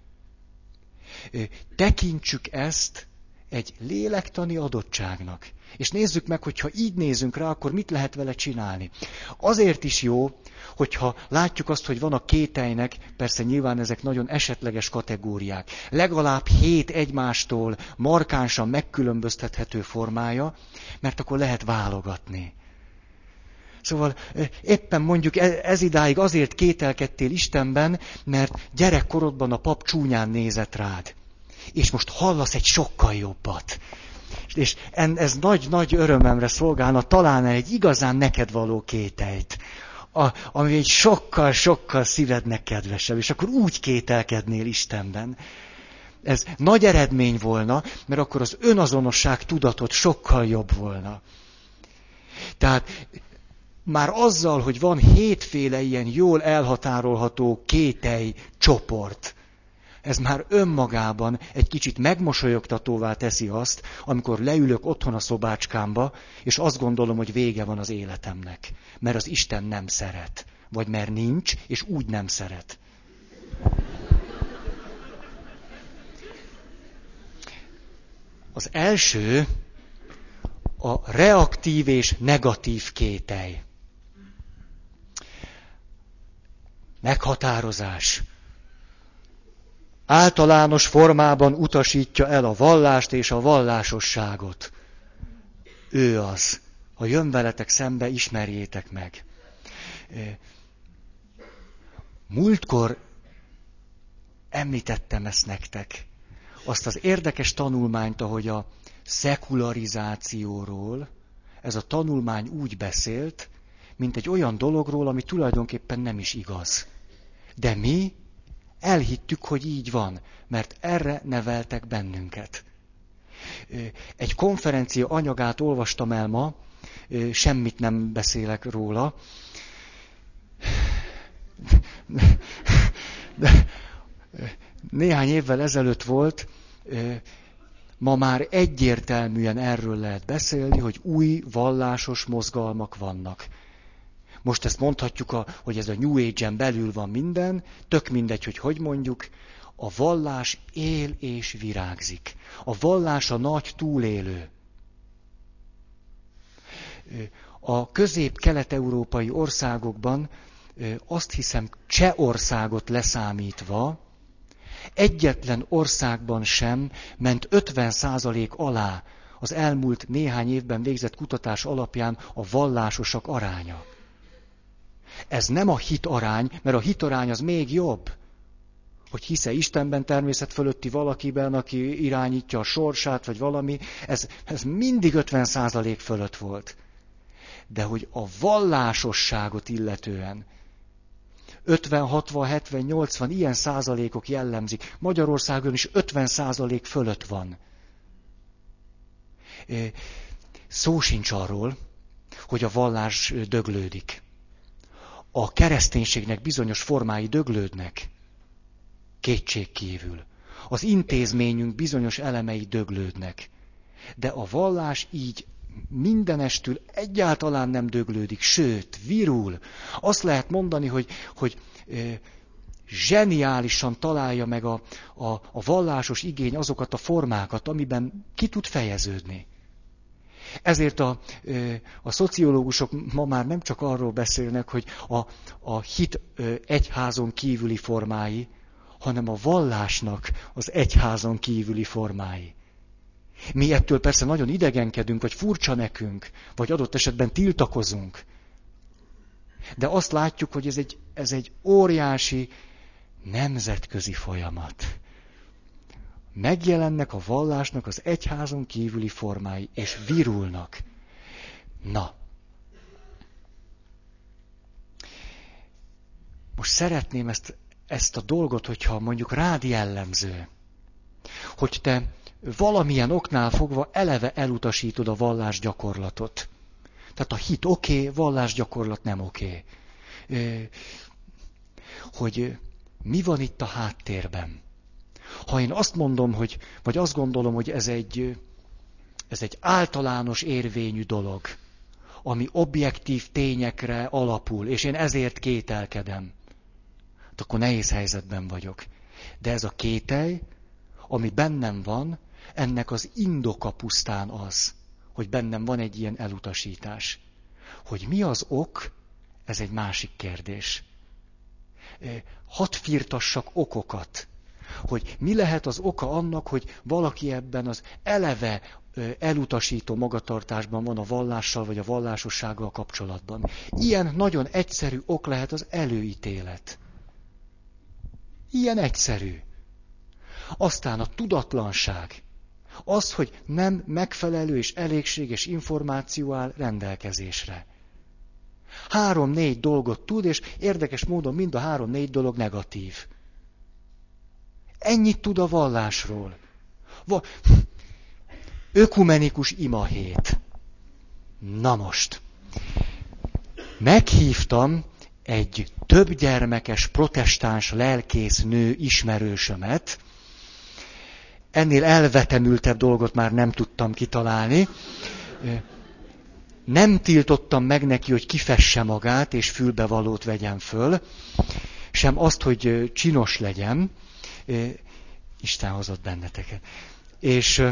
A: Tekintsük ezt egy lélektani adottságnak. És nézzük meg, hogyha így nézünk rá, akkor mit lehet vele csinálni. Azért is jó, hogyha látjuk azt, hogy van a kételynek, persze nyilván ezek nagyon esetleges kategóriák, legalább hét egymástól markánsan megkülönböztethető formája, mert akkor lehet válogatni. Szóval éppen mondjuk ez idáig azért kételkedtél Istenben, mert gyerekkorodban a pap csúnyán nézett rád. És most hallasz egy sokkal jobbat. És ez nagy-nagy örömemre szolgálna talán egy igazán neked való kételyt, a, ami egy sokkal-sokkal szívednek kedvesebb, és akkor úgy kételkednél Istenben. Ez nagy eredmény volna, mert akkor az önazonosság tudatod sokkal jobb volna. Tehát már azzal, hogy van hétféle ilyen jól elhatárolható kételj csoport, ez már önmagában egy kicsit megmosolyogtatóvá teszi azt, amikor leülök otthon a szobácskámba, és azt gondolom, hogy vége van az életemnek. Mert az Isten nem szeret. Vagy mert nincs, és úgy nem szeret. Az első a reaktív és negatív kételj. Meghatározás. Általános formában utasítja el a vallást és a vallásosságot. Ő az. Ha jön veletek szembe, ismerjétek meg. Múltkor említettem ezt nektek. Azt az érdekes tanulmányt, ahogy a szekularizációról ez a tanulmány úgy beszélt, mint egy olyan dologról, ami tulajdonképpen nem is igaz. De mi elhittük, hogy így van, mert erre neveltek bennünket. Egy konferencia anyagát olvastam el ma, semmit nem beszélek róla. De néhány évvel ezelőtt volt, ma már egyértelműen erről lehet beszélni, hogy új vallásos mozgalmak vannak. Most ezt mondhatjuk, a, hogy ez a New Age-en belül van minden, tök mindegy, hogy hogy mondjuk, a vallás él és virágzik. A vallás a nagy túlélő. A közép-kelet-európai országokban, azt hiszem Csehországot leszámítva, egyetlen országban sem ment ötven százalék alá az elmúlt néhány évben végzett kutatás alapján a vallásosak aránya. Ez nem a hit arány, mert a hit arány az még jobb. Hogy hisz-e Istenben, természet fölötti valakiben, aki irányítja a sorsát, vagy valami, ez, ez mindig ötven százalék fölött volt. De hogy a vallásosságot illetően ötven, hatvan, hetven, nyolcvan ilyen százalékok jellemzik. Magyarországon is ötven százalék fölött van. Szó sincs arról, hogy a vallás döglődik. A kereszténységnek bizonyos formái döglődnek. Kétségkívül. Az intézményünk bizonyos elemei döglődnek. De a vallás így mindenestül egyáltalán nem döglődik, sőt, virul. Azt lehet mondani, hogy, hogy e, zseniálisan találja meg a, a, a vallásos igény azokat a formákat, amiben ki tud fejeződni. Ezért a, a szociológusok ma már nem csak arról beszélnek, hogy a, a hit egyházon kívüli formái, hanem a vallásnak az egyházon kívüli formái. Mi ettől persze nagyon idegenkedünk, vagy furcsa nekünk, vagy adott esetben tiltakozunk. De azt látjuk, hogy ez egy, ez egy óriási nemzetközi folyamat. Megjelennek a vallásnak az egyházon kívüli formái, és virulnak. Na. Most szeretném ezt, ezt a dolgot, hogyha mondjuk rád jellemző, hogy te valamilyen oknál fogva eleve elutasítod a vallásgyakorlatot. Tehát a hit oké, okay, vallásgyakorlat nem oké. Okay. Hogy mi van itt a háttérben? Ha én azt mondom, hogy, vagy azt gondolom, hogy ez egy, ez egy általános érvényű dolog, ami objektív tényekre alapul, és én ezért kételkedem, akkor nehéz helyzetben vagyok. De ez a kételj, ami bennem van, ennek az indoka pusztán az, hogy bennem van egy ilyen elutasítás. Hogy mi az ok, ez egy másik kérdés. Hadd firtassak okokat, hogy mi lehet az oka annak, hogy valaki ebben az eleve elutasító magatartásban van a vallással vagy a vallásossággal kapcsolatban. Ilyen nagyon egyszerű ok lehet az előítélet. Ilyen egyszerű. Aztán a tudatlanság. Az, hogy nem megfelelő és elégséges információ áll rendelkezésre. Három-négy dolgot tud, és érdekes módon mind a három-négy dolog negatív. Ennyit tud a vallásról. Va- Ökumenikus imahét. Na most. Meghívtam egy többgyermekes protestáns lelkész nő ismerősömet. Ennél elvetemültebb dolgot már nem tudtam kitalálni. Nem tiltottam meg neki, hogy kifesse magát, és fülbevalót vegyen föl, sem azt, hogy csinos legyen. Isten hozott benneteket. És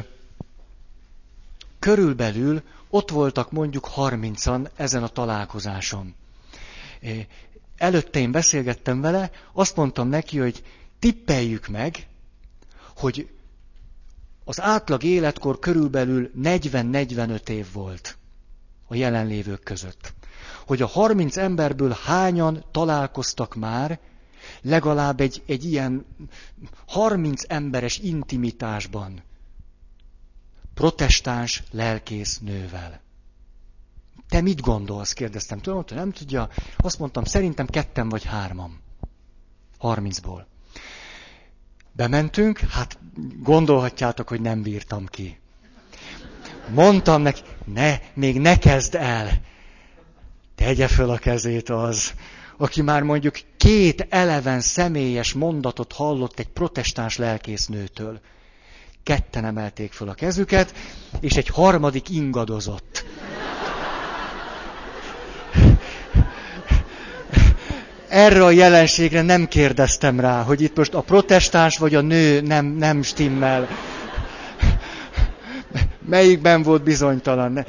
A: körülbelül ott voltak mondjuk harmincan ezen a találkozáson. Előtte én beszélgettem vele, azt mondtam neki, hogy tippeljük meg, hogy az átlag életkor körülbelül negyven-negyvenöt év volt a jelenlévők között. Hogy a harminc emberből hányan találkoztak már legalább egy, egy ilyen harminc emberes intimitásban protestáns lelkész nővel. Te mit gondolsz? Kérdeztem. Tudom, hogy nem tudja. Azt mondtam, szerintem ketten vagy hárman. harmincból. Bementünk, hát gondolhatjátok, hogy nem bírtam ki. Mondtam neki, ne, még ne kezd el. Tegye föl a kezét az, aki már mondjuk két eleven személyes mondatot hallott egy protestáns lelkésznőtől. Ketten emelték föl a kezüket, és egy harmadik ingadozott. Erre a jelenségre nem kérdeztem rá, hogy itt most a protestáns vagy a nő nem, nem stimmel. Melyikben volt bizonytalan.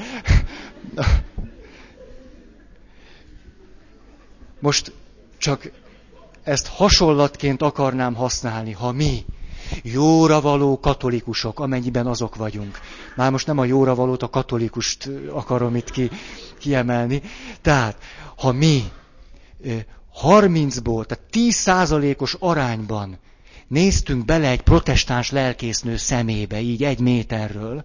A: Most csak ezt hasonlatként akarnám használni, ha mi jóra való katolikusok, amennyiben azok vagyunk. Már most nem a jóra valót, a katolikust akarom itt ki, kiemelni. Tehát, ha mi harmincból, tehát tíz százalékos arányban néztünk bele egy protestáns lelkésznő szemébe, így egy méterről,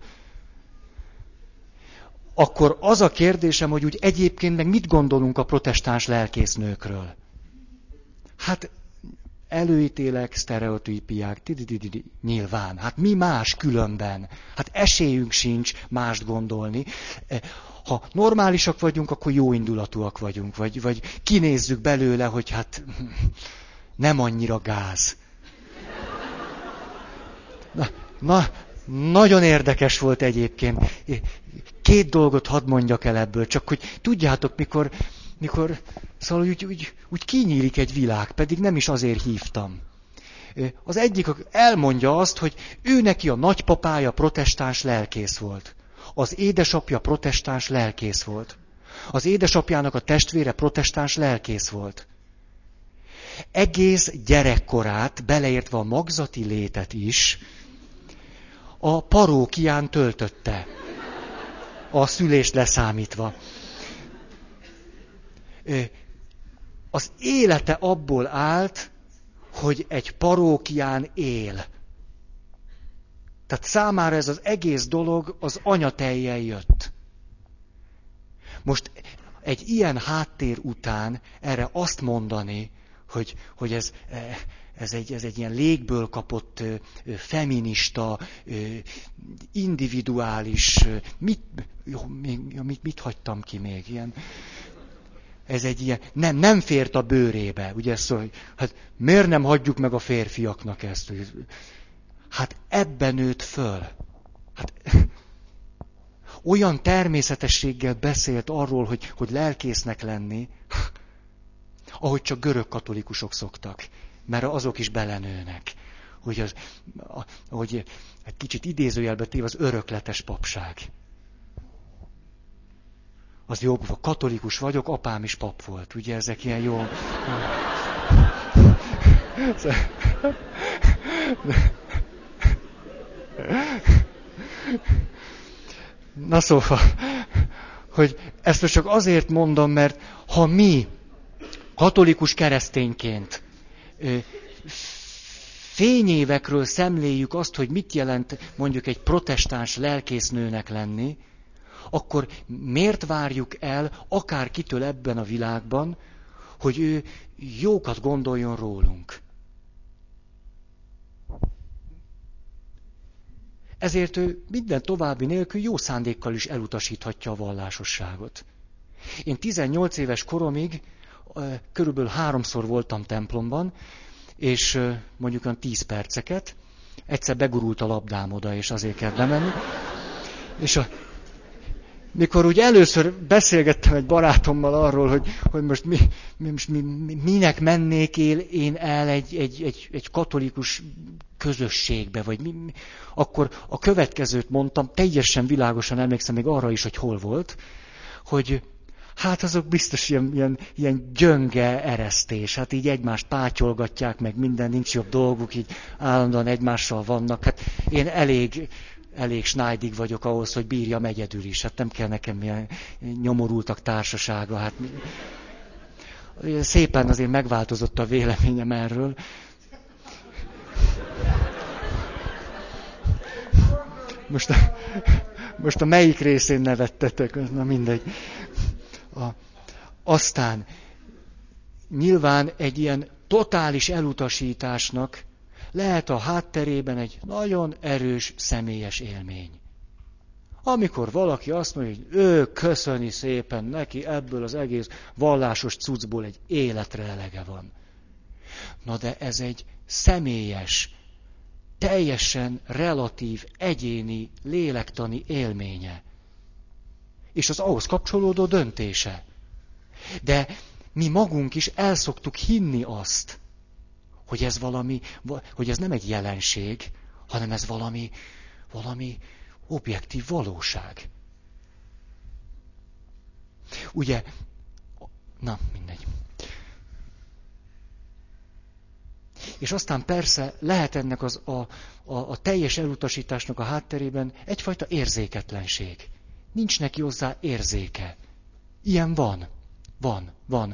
A: akkor az a kérdésem, hogy úgy egyébként meg mit gondolunk a protestáns lelkésznőkről? Hát előítélek, sztereotípiák, nyilván. Hát mi más különben? Hát esélyünk sincs mást gondolni. Ha normálisak vagyunk, akkor jó indulatúak vagyunk, vagy, vagy kinézzük belőle, hogy hát nem annyira gáz. Na, na, nagyon érdekes volt egyébként. Két dolgot hadd mondjak el ebből, csak hogy tudjátok, mikor, mikor szóval úgy, úgy, úgy kinyílik egy világ, pedig nem is azért hívtam. Az egyik elmondja azt, hogy ő neki a nagypapája protestáns lelkész volt. Az édesapja protestáns lelkész volt. Az édesapjának a testvére protestáns lelkész volt. Egész gyerekkorát, beleértve a magzati létet is, a parókián töltötte. A szülést leszámítva. Az élete abból állt, hogy egy parókián él. Tehát számára ez az egész dolog az anyatejjel jött. Most egy ilyen háttér után erre azt mondani, hogy, hogy ez, ez, egy, ez egy ilyen légből kapott feminista, individuális, mit, jó, még, mit, mit hagytam ki még? Ilyen, ez egy ilyen, nem, nem fért a bőrébe. Ugye szó, hogy hát miért nem hagyjuk meg a férfiaknak ezt? Hát ebben nőtt föl. Hát, olyan természetességgel beszélt arról, hogy, hogy lelkésznek lenni, ahogy csak görög katolikusok szoktak, mert azok is belenőnek. Hogy, az, hogy egy kicsit idézőjelbe téve az örökletes papság. Az jó, ha katolikus vagyok, apám is pap volt. Ugye ezek ilyen jó... Na szóval, hogy ezt most csak azért mondom, mert ha mi katolikus keresztényként fényévekről szemléljük azt, hogy mit jelent mondjuk egy protestáns lelkésznőnek lenni, akkor miért várjuk el akárkitől ebben a világban, hogy ő jókat gondoljon rólunk? Ezért ő minden további nélkül jó szándékkal is elutasíthatja a vallásosságot. Én tizennyolc éves koromig körülbelül háromszor voltam templomban, és mondjuk olyan tíz perceket, egyszer begurult a labdám oda, és azért kell bemenni. És a, mikor úgy először beszélgettem egy barátommal arról, hogy, hogy most, mi, mi, most mi, minek mennék én el egy, egy, egy, egy katolikus közösségbe, vagy mi, mi, akkor a következőt mondtam, teljesen világosan emlékszem még arra is, hogy hol volt, hogy hát azok biztos ilyen, ilyen, ilyen gyönge eresztés, hát így egymást pátyolgatják, meg minden, nincs jobb dolguk, így állandóan egymással vannak. Hát én elég, elég snájdig vagyok ahhoz, hogy bírjam egyedül is, hát nem kell nekem ilyen nyomorultak társasága. Hát szépen azért megváltozott a véleményem erről. Most a, most a melyik részén nevettetek, na mindegy. A, aztán nyilván egy ilyen totális elutasításnak lehet a hátterében egy nagyon erős személyes élmény. Amikor valaki azt mondja, hogy ő köszöni szépen neki, ebből az egész vallásos cuccból egy életre elege van. Na de ez egy személyes, teljesen relatív, egyéni, lélektani élménye. És az ahhoz kapcsolódó döntése. De mi magunk is elszoktuk hinni azt, hogy ez valami, hogy ez nem egy jelenség, hanem ez valami, valami objektív valóság. Ugye, na mindegy. És aztán persze lehet ennek az, a, a, a teljes elutasításnak a hátterében egyfajta érzéketlenség. Nincs neki hozzá érzéke. Ilyen van. Van, van.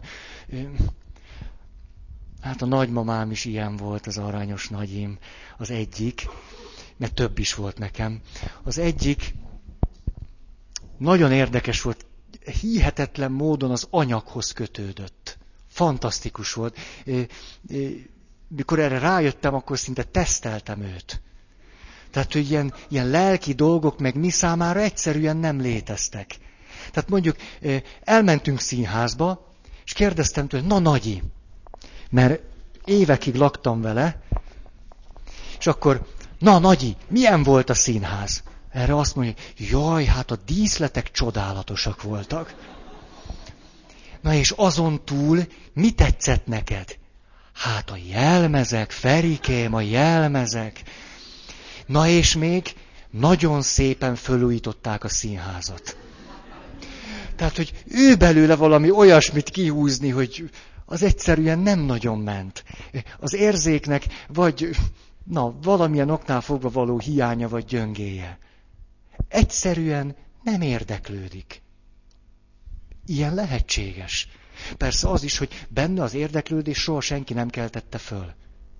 A: Hát a nagymamám is ilyen volt, az aranyos nagyim, az egyik, mert több is volt nekem. Az egyik nagyon érdekes volt, hihetetlen módon az anyaghoz kötődött. Fantasztikus volt. Mikor erre rájöttem, akkor szinte teszteltem őt. Tehát, hogy ilyen, ilyen lelki dolgok meg mi számára egyszerűen nem léteztek. Tehát mondjuk elmentünk színházba, és kérdeztem tőle, na Nagyi, mert évekig laktam vele, és akkor, na Nagyi, milyen volt a színház? Erre azt mondja, jaj, hát a díszletek csodálatosak voltak. Na és azon túl, mi tetszett neked? Hát a jelmezek, Ferikém, a jelmezek. Na és még, nagyon szépen fölújították a színházat. Tehát, hogy ő belőle valami olyasmit kihúzni, hogy az egyszerűen nem nagyon ment. Az érzéknek vagy, na, valamilyen oknál fogva való hiánya vagy gyöngéje. Egyszerűen nem érdeklődik. Ilyen lehetséges. Persze az is, hogy benne az érdeklődés soha senki nem keltette föl.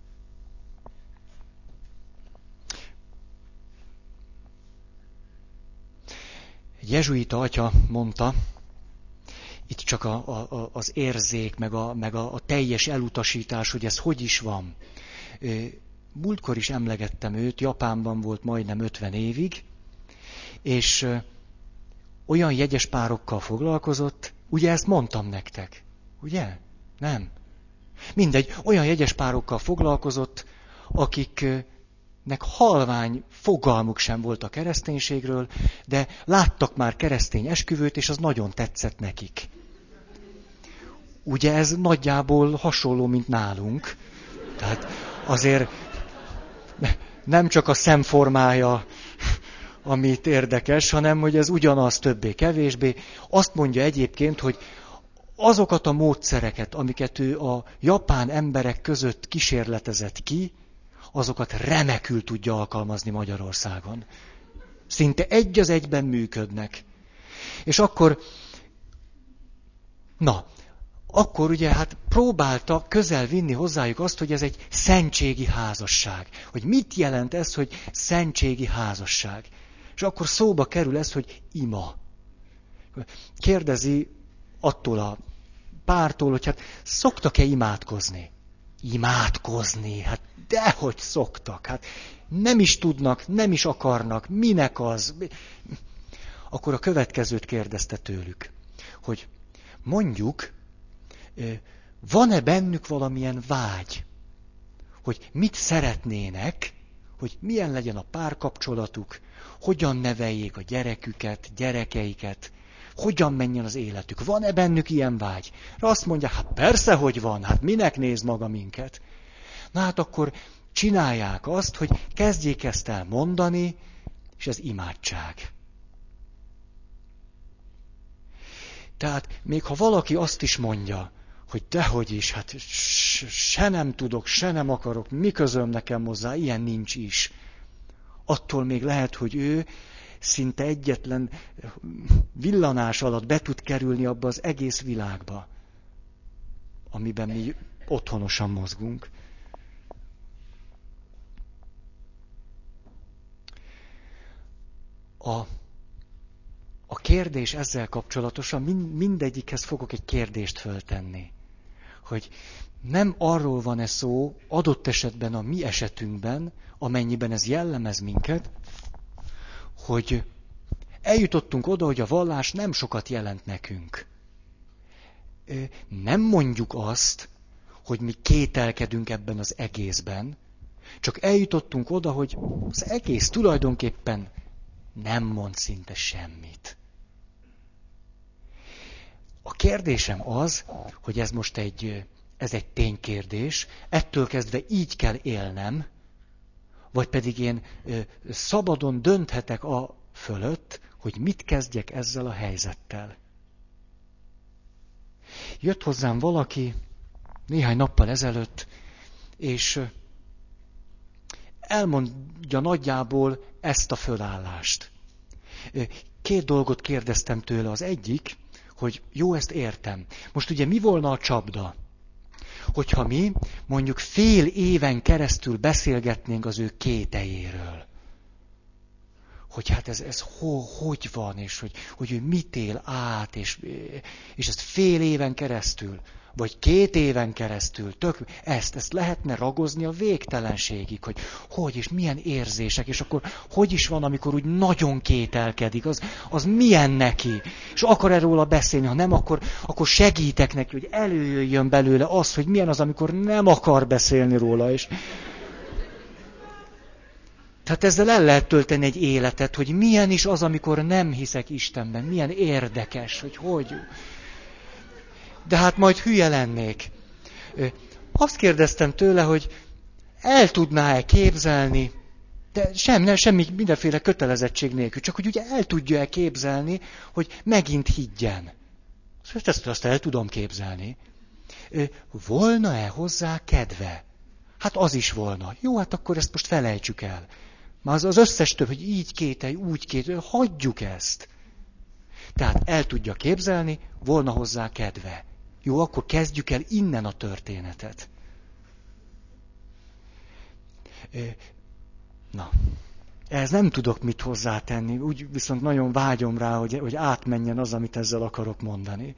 A: Egy jezsuita atya mondta, itt csak a, a, az érzék, meg, a, meg a, a teljes elutasítás, hogy ez hogy is van. Múltkor is emlegettem őt, Japánban volt majdnem ötven évig, és olyan jegyes párokkal foglalkozott, ugye ezt mondtam nektek, ugye? Nem. Mindegy, olyan jegyes párokkal foglalkozott, akiknek halvány fogalmuk sem volt a kereszténységről, de láttak már keresztény esküvőt, és az nagyon tetszett nekik. Ugye ez nagyjából hasonló, mint nálunk. Tehát azért nem csak a szemformája, amit érdekes, hanem hogy ez ugyanaz többé-kevésbé. Azt mondja egyébként, hogy azokat a módszereket, amiket ő a japán emberek között kísérletezett ki, azokat remekül tudja alkalmazni Magyarországon. Szinte egy az egyben működnek. És akkor, na, akkor ugye hát próbálta közel vinni hozzájuk azt, hogy ez egy szentségi házasság. Hogy mit jelent ez, hogy szentségi házasság. És akkor szóba kerül ez, hogy ima. Kérdezi attól a pártól, hogy hát szoktak-e imádkozni? Imádkozni? Hát dehogy szoktak. Hát nem is tudnak, nem is akarnak. Minek az? Akkor a következőt kérdezte tőlük, hogy mondjuk, van-e bennük valamilyen vágy, hogy mit szeretnének, hogy milyen legyen a párkapcsolatuk, hogyan neveljék a gyereküket, gyerekeiket, hogyan menjen az életük. Van-e bennük ilyen vágy? Azt mondja, hát persze, hogy van, hát minek néz maga minket? Na hát akkor csinálják azt, hogy kezdjék ezt el mondani, és ez imádság. Tehát még ha valaki azt is mondja, hogy dehogy is, hát se nem tudok, se nem akarok, mi közöm nekem hozzá, ilyen nincs is. Attól még lehet, hogy ő szinte egyetlen villanás alatt be tud kerülni abba az egész világba, amiben mi otthonosan mozgunk. A, a kérdés ezzel kapcsolatosan, mind, mindegyikhez fogok egy kérdést föltenni. Hogy nem arról van-e szó, adott esetben a mi esetünkben, amennyiben ez jellemez minket, hogy eljutottunk oda, hogy a vallás nem sokat jelent nekünk. Nem mondjuk azt, hogy mi kételkedünk ebben az egészben, csak eljutottunk oda, hogy az egész tulajdonképpen nem mond szinte semmit. A kérdésem az, hogy ez most egy, ez egy ténykérdés, ettől kezdve így kell élnem, vagy pedig én szabadon dönthetek a fölött, hogy mit kezdjek ezzel a helyzettel. Jött hozzám valaki néhány nappal ezelőtt, és elmondja nagyjából ezt a fölállást. Két dolgot kérdeztem tőle. Az egyik, hogy jó, ezt értem. Most ugye mi volna a csapda? Hogyha mi mondjuk fél éven keresztül beszélgetnénk az ő kételyéről. Hogy hát ez, ez ho, hogy van, és hogy, hogy ő mit él át, és, és ezt fél éven keresztül, vagy két éven keresztül, tök, ezt, ezt lehetne ragozni a végtelenségig, hogy hogy és milyen érzések, és akkor hogy is van, amikor úgy nagyon kételkedik, az, az milyen neki, és akar-e róla beszélni, ha nem, akkor, akkor segítek neki, hogy előjöjjön belőle az, hogy milyen az, amikor nem akar beszélni róla, és... Tehát ezzel el lehet tölteni egy életet, hogy milyen is az, amikor nem hiszek Istenben, milyen érdekes, hogy hogy... De hát majd hülye lennék. Azt kérdeztem tőle, hogy el tudná-e képzelni, De sem, nem, semmi, mindenféle kötelezettség nélkül. Csak hogy ugye el tudja-e képzelni, hogy megint higgyen. Ezt azt el tudom képzelni. Volna-e hozzá kedve? Hát az is volna. Jó, hát akkor ezt most felejtsük el. Már az, az összes több, hogy így kételj, úgy kételj, hagyjuk ezt. Tehát el tudja képzelni, volna hozzá kedve. Jó, akkor kezdjük el innen a történetet. Na, ehhez nem tudok mit hozzátenni, úgy viszont nagyon vágyom rá, hogy, hogy átmenjen az, amit ezzel akarok mondani.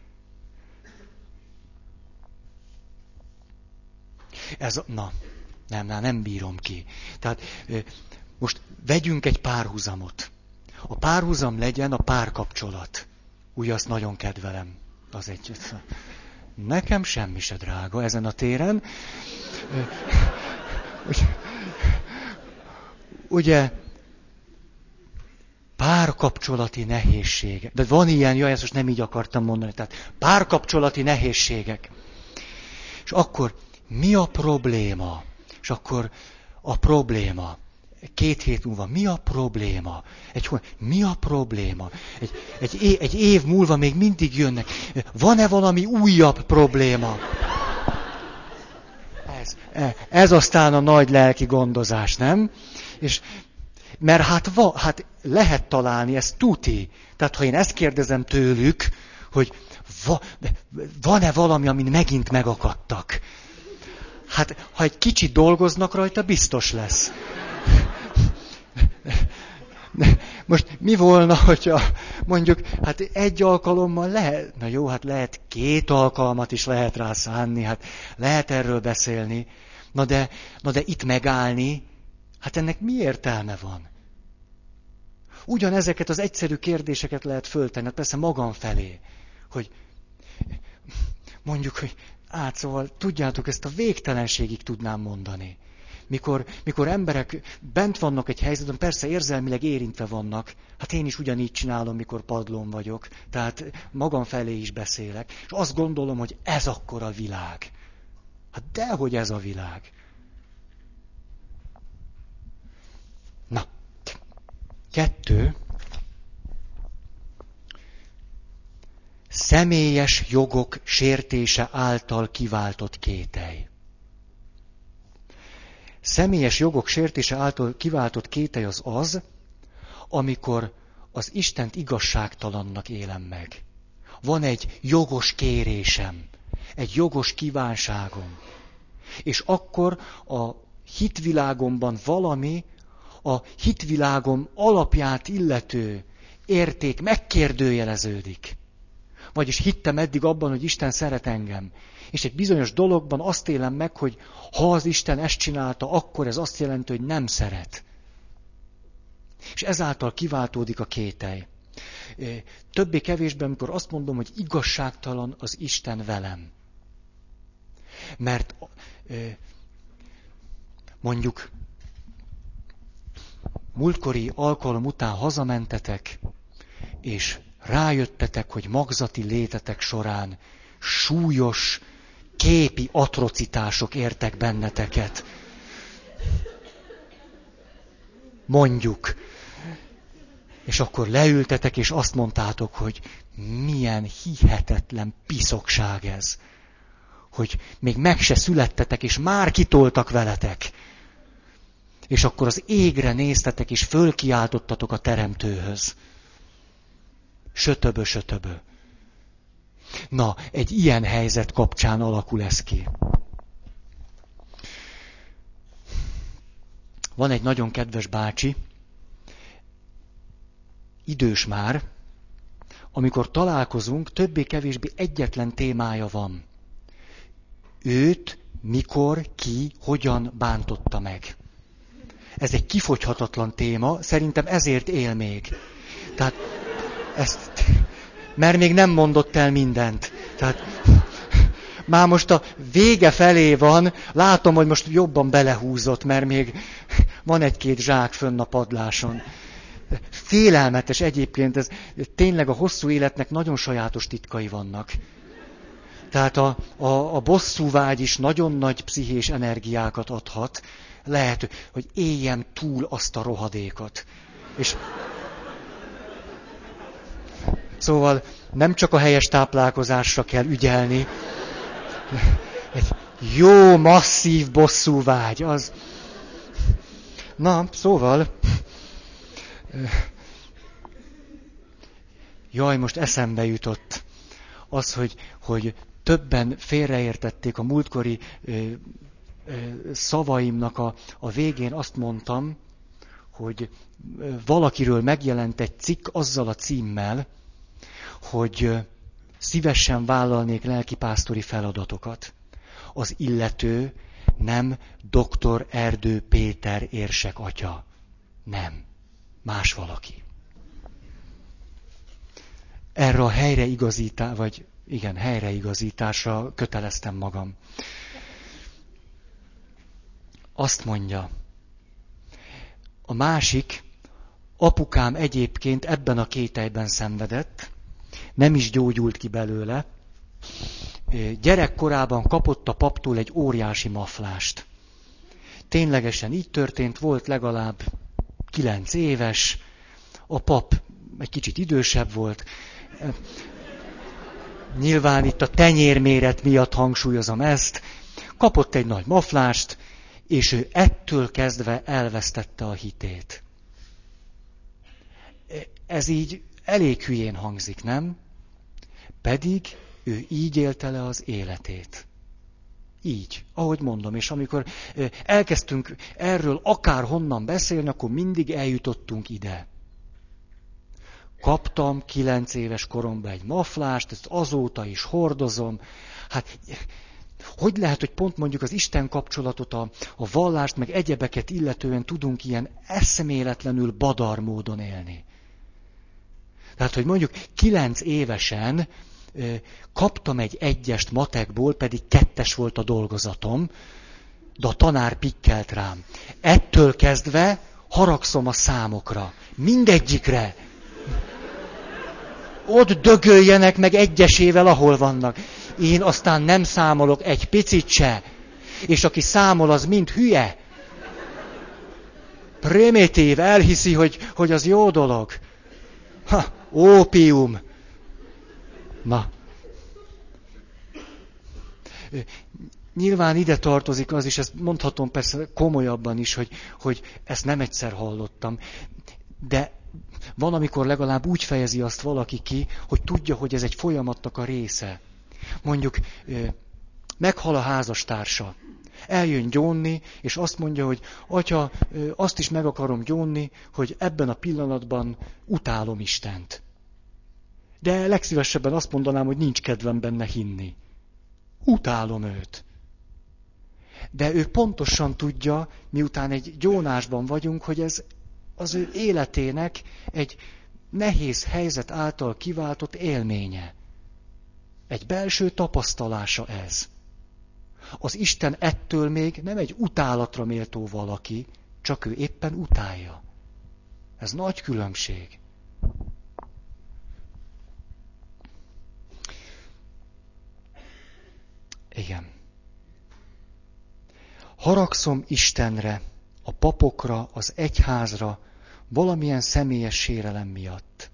A: Ez, na, nem, nem, nem bírom ki. Tehát most vegyünk egy párhuzamot. A párhuzam legyen a párkapcsolat. Úgy azt nagyon kedvelem. Az egy... Nekem semmi se drága ezen a téren. Ugye, párkapcsolati nehézségek. De van ilyen, jaj, ezt most nem így akartam mondani. Tehát párkapcsolati nehézségek. És akkor mi a probléma? És akkor a probléma. Két hét múlva, mi a probléma? Egy, mi a probléma? Egy, egy, év, egy év múlva még mindig jönnek. Van-e valami újabb probléma? Ez, ez aztán a nagy lelki gondozás, nem? És, mert hát, va, hát lehet találni, ez tuti. Tehát ha én ezt kérdezem tőlük, hogy va, van-e valami, amin megint megakadtak? Hát ha egy kicsit dolgoznak rajta, biztos lesz. Most mi volna, hogyha mondjuk, hát egy alkalommal lehet, na jó, hát lehet két alkalmat is lehet rá szánni, hát lehet erről beszélni, na de, na de itt megállni, hát ennek mi értelme van? Ugyanezeket az egyszerű kérdéseket lehet föltenni, hát persze magam felé, hogy mondjuk, hogy át, szóval tudjátok, ezt a végtelenségig tudnám mondani. Mikor, mikor emberek bent vannak egy helyzetben, persze érzelmileg érintve vannak, hát én is ugyanígy csinálom, mikor padlón vagyok, tehát magam felé is beszélek, és azt gondolom, hogy ez akkor a világ. Hát dehogy ez a világ. Na, kettő. Személyes jogok sértése által kiváltott kételj. Személyes jogok sértése által kiváltott kételj az az, amikor az Istent igazságtalannak élem meg. Van egy jogos kérésem, egy jogos kívánságom. És akkor a hitvilágomban valami, a hitvilágom alapját illető érték megkérdőjeleződik. Vagyis hittem eddig abban, hogy Isten szeret engem. És egy bizonyos dologban azt élem meg, hogy ha az Isten ezt csinálta, akkor ez azt jelenti, hogy nem szeret. És ezáltal kiváltódik a kételj. Többé-kevésbé, amikor azt mondom, hogy igazságtalan az Isten velem. Mert mondjuk múltkori alkalom után hazamentetek, és rájöttetek, hogy magzati létetek során súlyos, képi atrocitások értek benneteket. Mondjuk. És akkor leültetek, és azt mondtátok, hogy milyen hihetetlen piszokság ez. Hogy még meg se születtetek, és már kitoltak veletek. És akkor az égre néztetek, és fölkiáltottatok a teremtőhöz. Sötöbö, sötöbö. Na, egy ilyen helyzet kapcsán alakul ez ki. Van egy nagyon kedves bácsi, idős már, amikor találkozunk, többé-kevésbé egyetlen témája van. Őt mikor, ki, hogyan bántotta meg. Ez egy kifogyhatatlan téma, szerintem ezért él még. Tehát ezt, mert még nem mondott el mindent. Tehát már most a vége felé van, látom, hogy most jobban belehúzott, mert még van egy-két zsák fönn a padláson. Félelmetes egyébként, ez tényleg a hosszú életnek nagyon sajátos titkai vannak. Tehát a, a, a bosszúvágy is nagyon nagy pszichés energiákat adhat. Lehet, hogy éljem túl azt a rohadékot. És szóval nem csak a helyes táplálkozásra kell ügyelni. Egy jó, masszív bosszúvágy, az... Na, szóval... Jaj, most eszembe jutott az, hogy, hogy többen félreértették a múltkori ö, ö, szavaimnak a, a végén azt mondtam, hogy valakiről megjelent egy cikk azzal a címmel, hogy szívesen vállalnék lelkipásztori feladatokat. Az illető nem doktor Erdő Péter érsek atya. Nem. Más valaki. Erre a helyreigazítás, vagy igen, helyreigazításra köteleztem magam. Azt mondja, a másik, apukám egyébként ebben a kételyben szenvedett, nem is gyógyult ki belőle. Gyerekkorában kapott a paptól egy óriási maflást. Ténylegesen így történt, volt legalább kilenc éves, a pap egy kicsit idősebb volt. Nyilván itt a tenyérméret miatt hangsúlyozom ezt. Kapott egy nagy maflást, és ő ettől kezdve elvesztette a hitét. Ez így elég hülyén hangzik, nem? Pedig ő így élte le az életét. Így, ahogy mondom, és amikor elkezdtünk erről akárhonnan beszélni, akkor mindig eljutottunk ide. Kaptam kilenc éves koromban egy maflást, ezt azóta is hordozom. Hát, hogy lehet, hogy pont mondjuk az Isten kapcsolatot, a, a vallást, meg egyebeket illetően tudunk ilyen eszméletlenül badar módon élni. Tehát, hogy mondjuk kilenc évesen kaptam egy egyest matekból, pedig kettes volt a dolgozatom, de a tanár pikkelt rám. Ettől kezdve haragszom a számokra. Mindegyikre. Ott dögöljenek meg egyesével, ahol vannak. Én aztán nem számolok egy picit se. És aki számol, az mind hülye. Primitív, elhiszi, hogy, hogy az jó dolog. Ha, ópium. Na. Nyilván ide tartozik az is, ezt mondhatom persze komolyabban is, hogy, hogy ezt nem egyszer hallottam, de van, amikor legalább úgy fejezi azt valaki ki, hogy tudja, hogy ez egy folyamatnak a része. Mondjuk meghal a házastársa, eljön gyónni, és azt mondja, hogy atya, azt is meg akarom gyónni, hogy ebben a pillanatban utálom Istent. De legszívesebben azt mondanám, hogy nincs kedvem benne hinni. Utálom őt. De ő pontosan tudja, miután egy gyónásban vagyunk, hogy ez az ő életének egy nehéz helyzet által kiváltott élménye. Egy belső tapasztalása ez. Az Isten ettől még nem egy utálatra méltó valaki, csak ő éppen utálja. Ez nagy különbség. Igen. Haragszom Istenre, a papokra, az egyházra, valamilyen személyes sérelem miatt.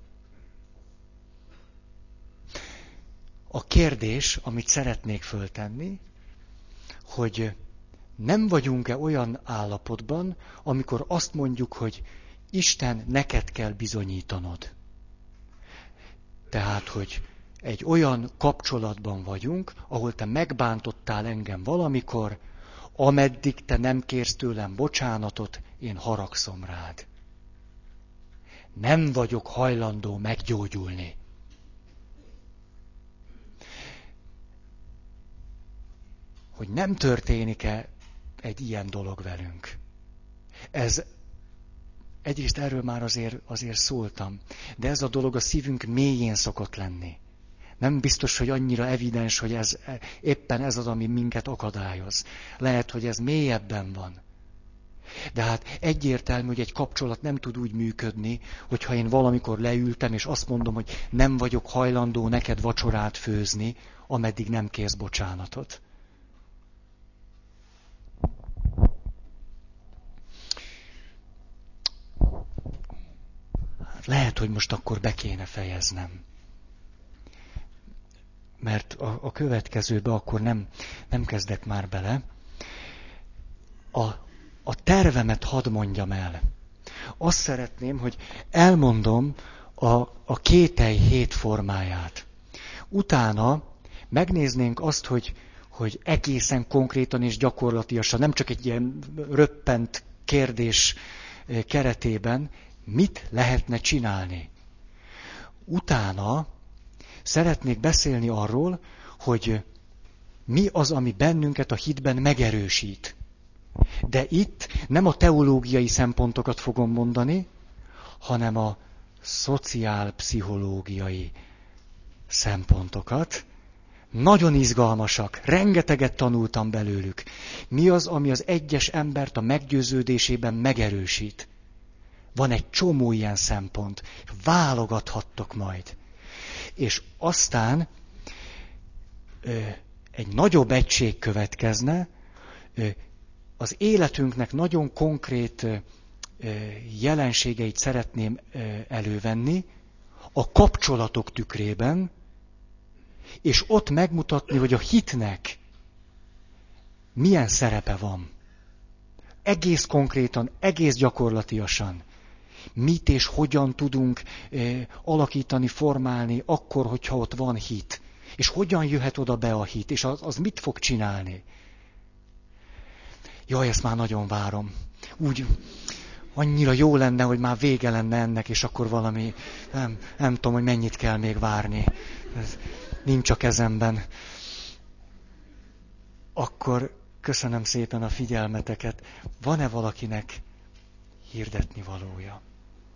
A: A kérdés, amit szeretnék föltenni, hogy nem vagyunk-e olyan állapotban, amikor azt mondjuk, hogy Isten, neked kell bizonyítanod. Tehát, hogy egy olyan kapcsolatban vagyunk, ahol te megbántottál engem valamikor, ameddig te nem kérsz tőlem bocsánatot, én haragszom rád. Nem vagyok hajlandó meggyógyulni. Hogy nem történik-e egy ilyen dolog velünk. Ez, egyrészt erről már azért, azért szóltam, de ez a dolog a szívünk mélyén szokott lenni. Nem biztos, hogy annyira evidens, hogy ez éppen ez az, ami minket akadályoz. Lehet, hogy ez mélyebben van. De hát egyértelmű, hogy egy kapcsolat nem tud úgy működni, hogyha én valamikor leültem, és azt mondom, hogy nem vagyok hajlandó neked vacsorát főzni, ameddig nem kérsz bocsánatot. Lehet, hogy most akkor be kéne fejeznem. Mert a, a következőbe akkor nem, nem kezdek már bele. A, a tervemet hadd mondjam el. Azt szeretném, hogy elmondom a, a kételj hét formáját. Utána megnéznénk azt, hogy, hogy egészen konkrétan és gyakorlatiasan, nem csak egy ilyen röppent kérdés keretében, mit lehetne csinálni. Utána szeretnék beszélni arról, hogy mi az, ami bennünket a hitben megerősít. De itt nem a teológiai szempontokat fogom mondani, hanem a szociálpszichológiai szempontokat. Nagyon izgalmasak, rengeteget tanultam belőlük. Mi az, ami az egyes embert a meggyőződésében megerősít? Van egy csomó ilyen szempont. Válogathattok majd. És aztán ö, egy nagyobb egység következne, ö, az életünknek nagyon konkrét ö, jelenségeit szeretném ö, elővenni, a kapcsolatok tükrében, és ott megmutatni, hogy a hitnek milyen szerepe van. Egész konkrétan, egész gyakorlatiasan. Mit és hogyan tudunk eh, alakítani, formálni akkor, hogyha ott van hit. És hogyan jöhet oda be a hit, és az, az mit fog csinálni. Jaj, ezt már nagyon várom. Úgy annyira jó lenne, hogy már vége lenne ennek, és akkor valami, nem, nem tudom, hogy mennyit kell még várni. Ez nincs a kezemben. Akkor köszönöm szépen a figyelmeteket. Van-e valakinek hirdetni valója?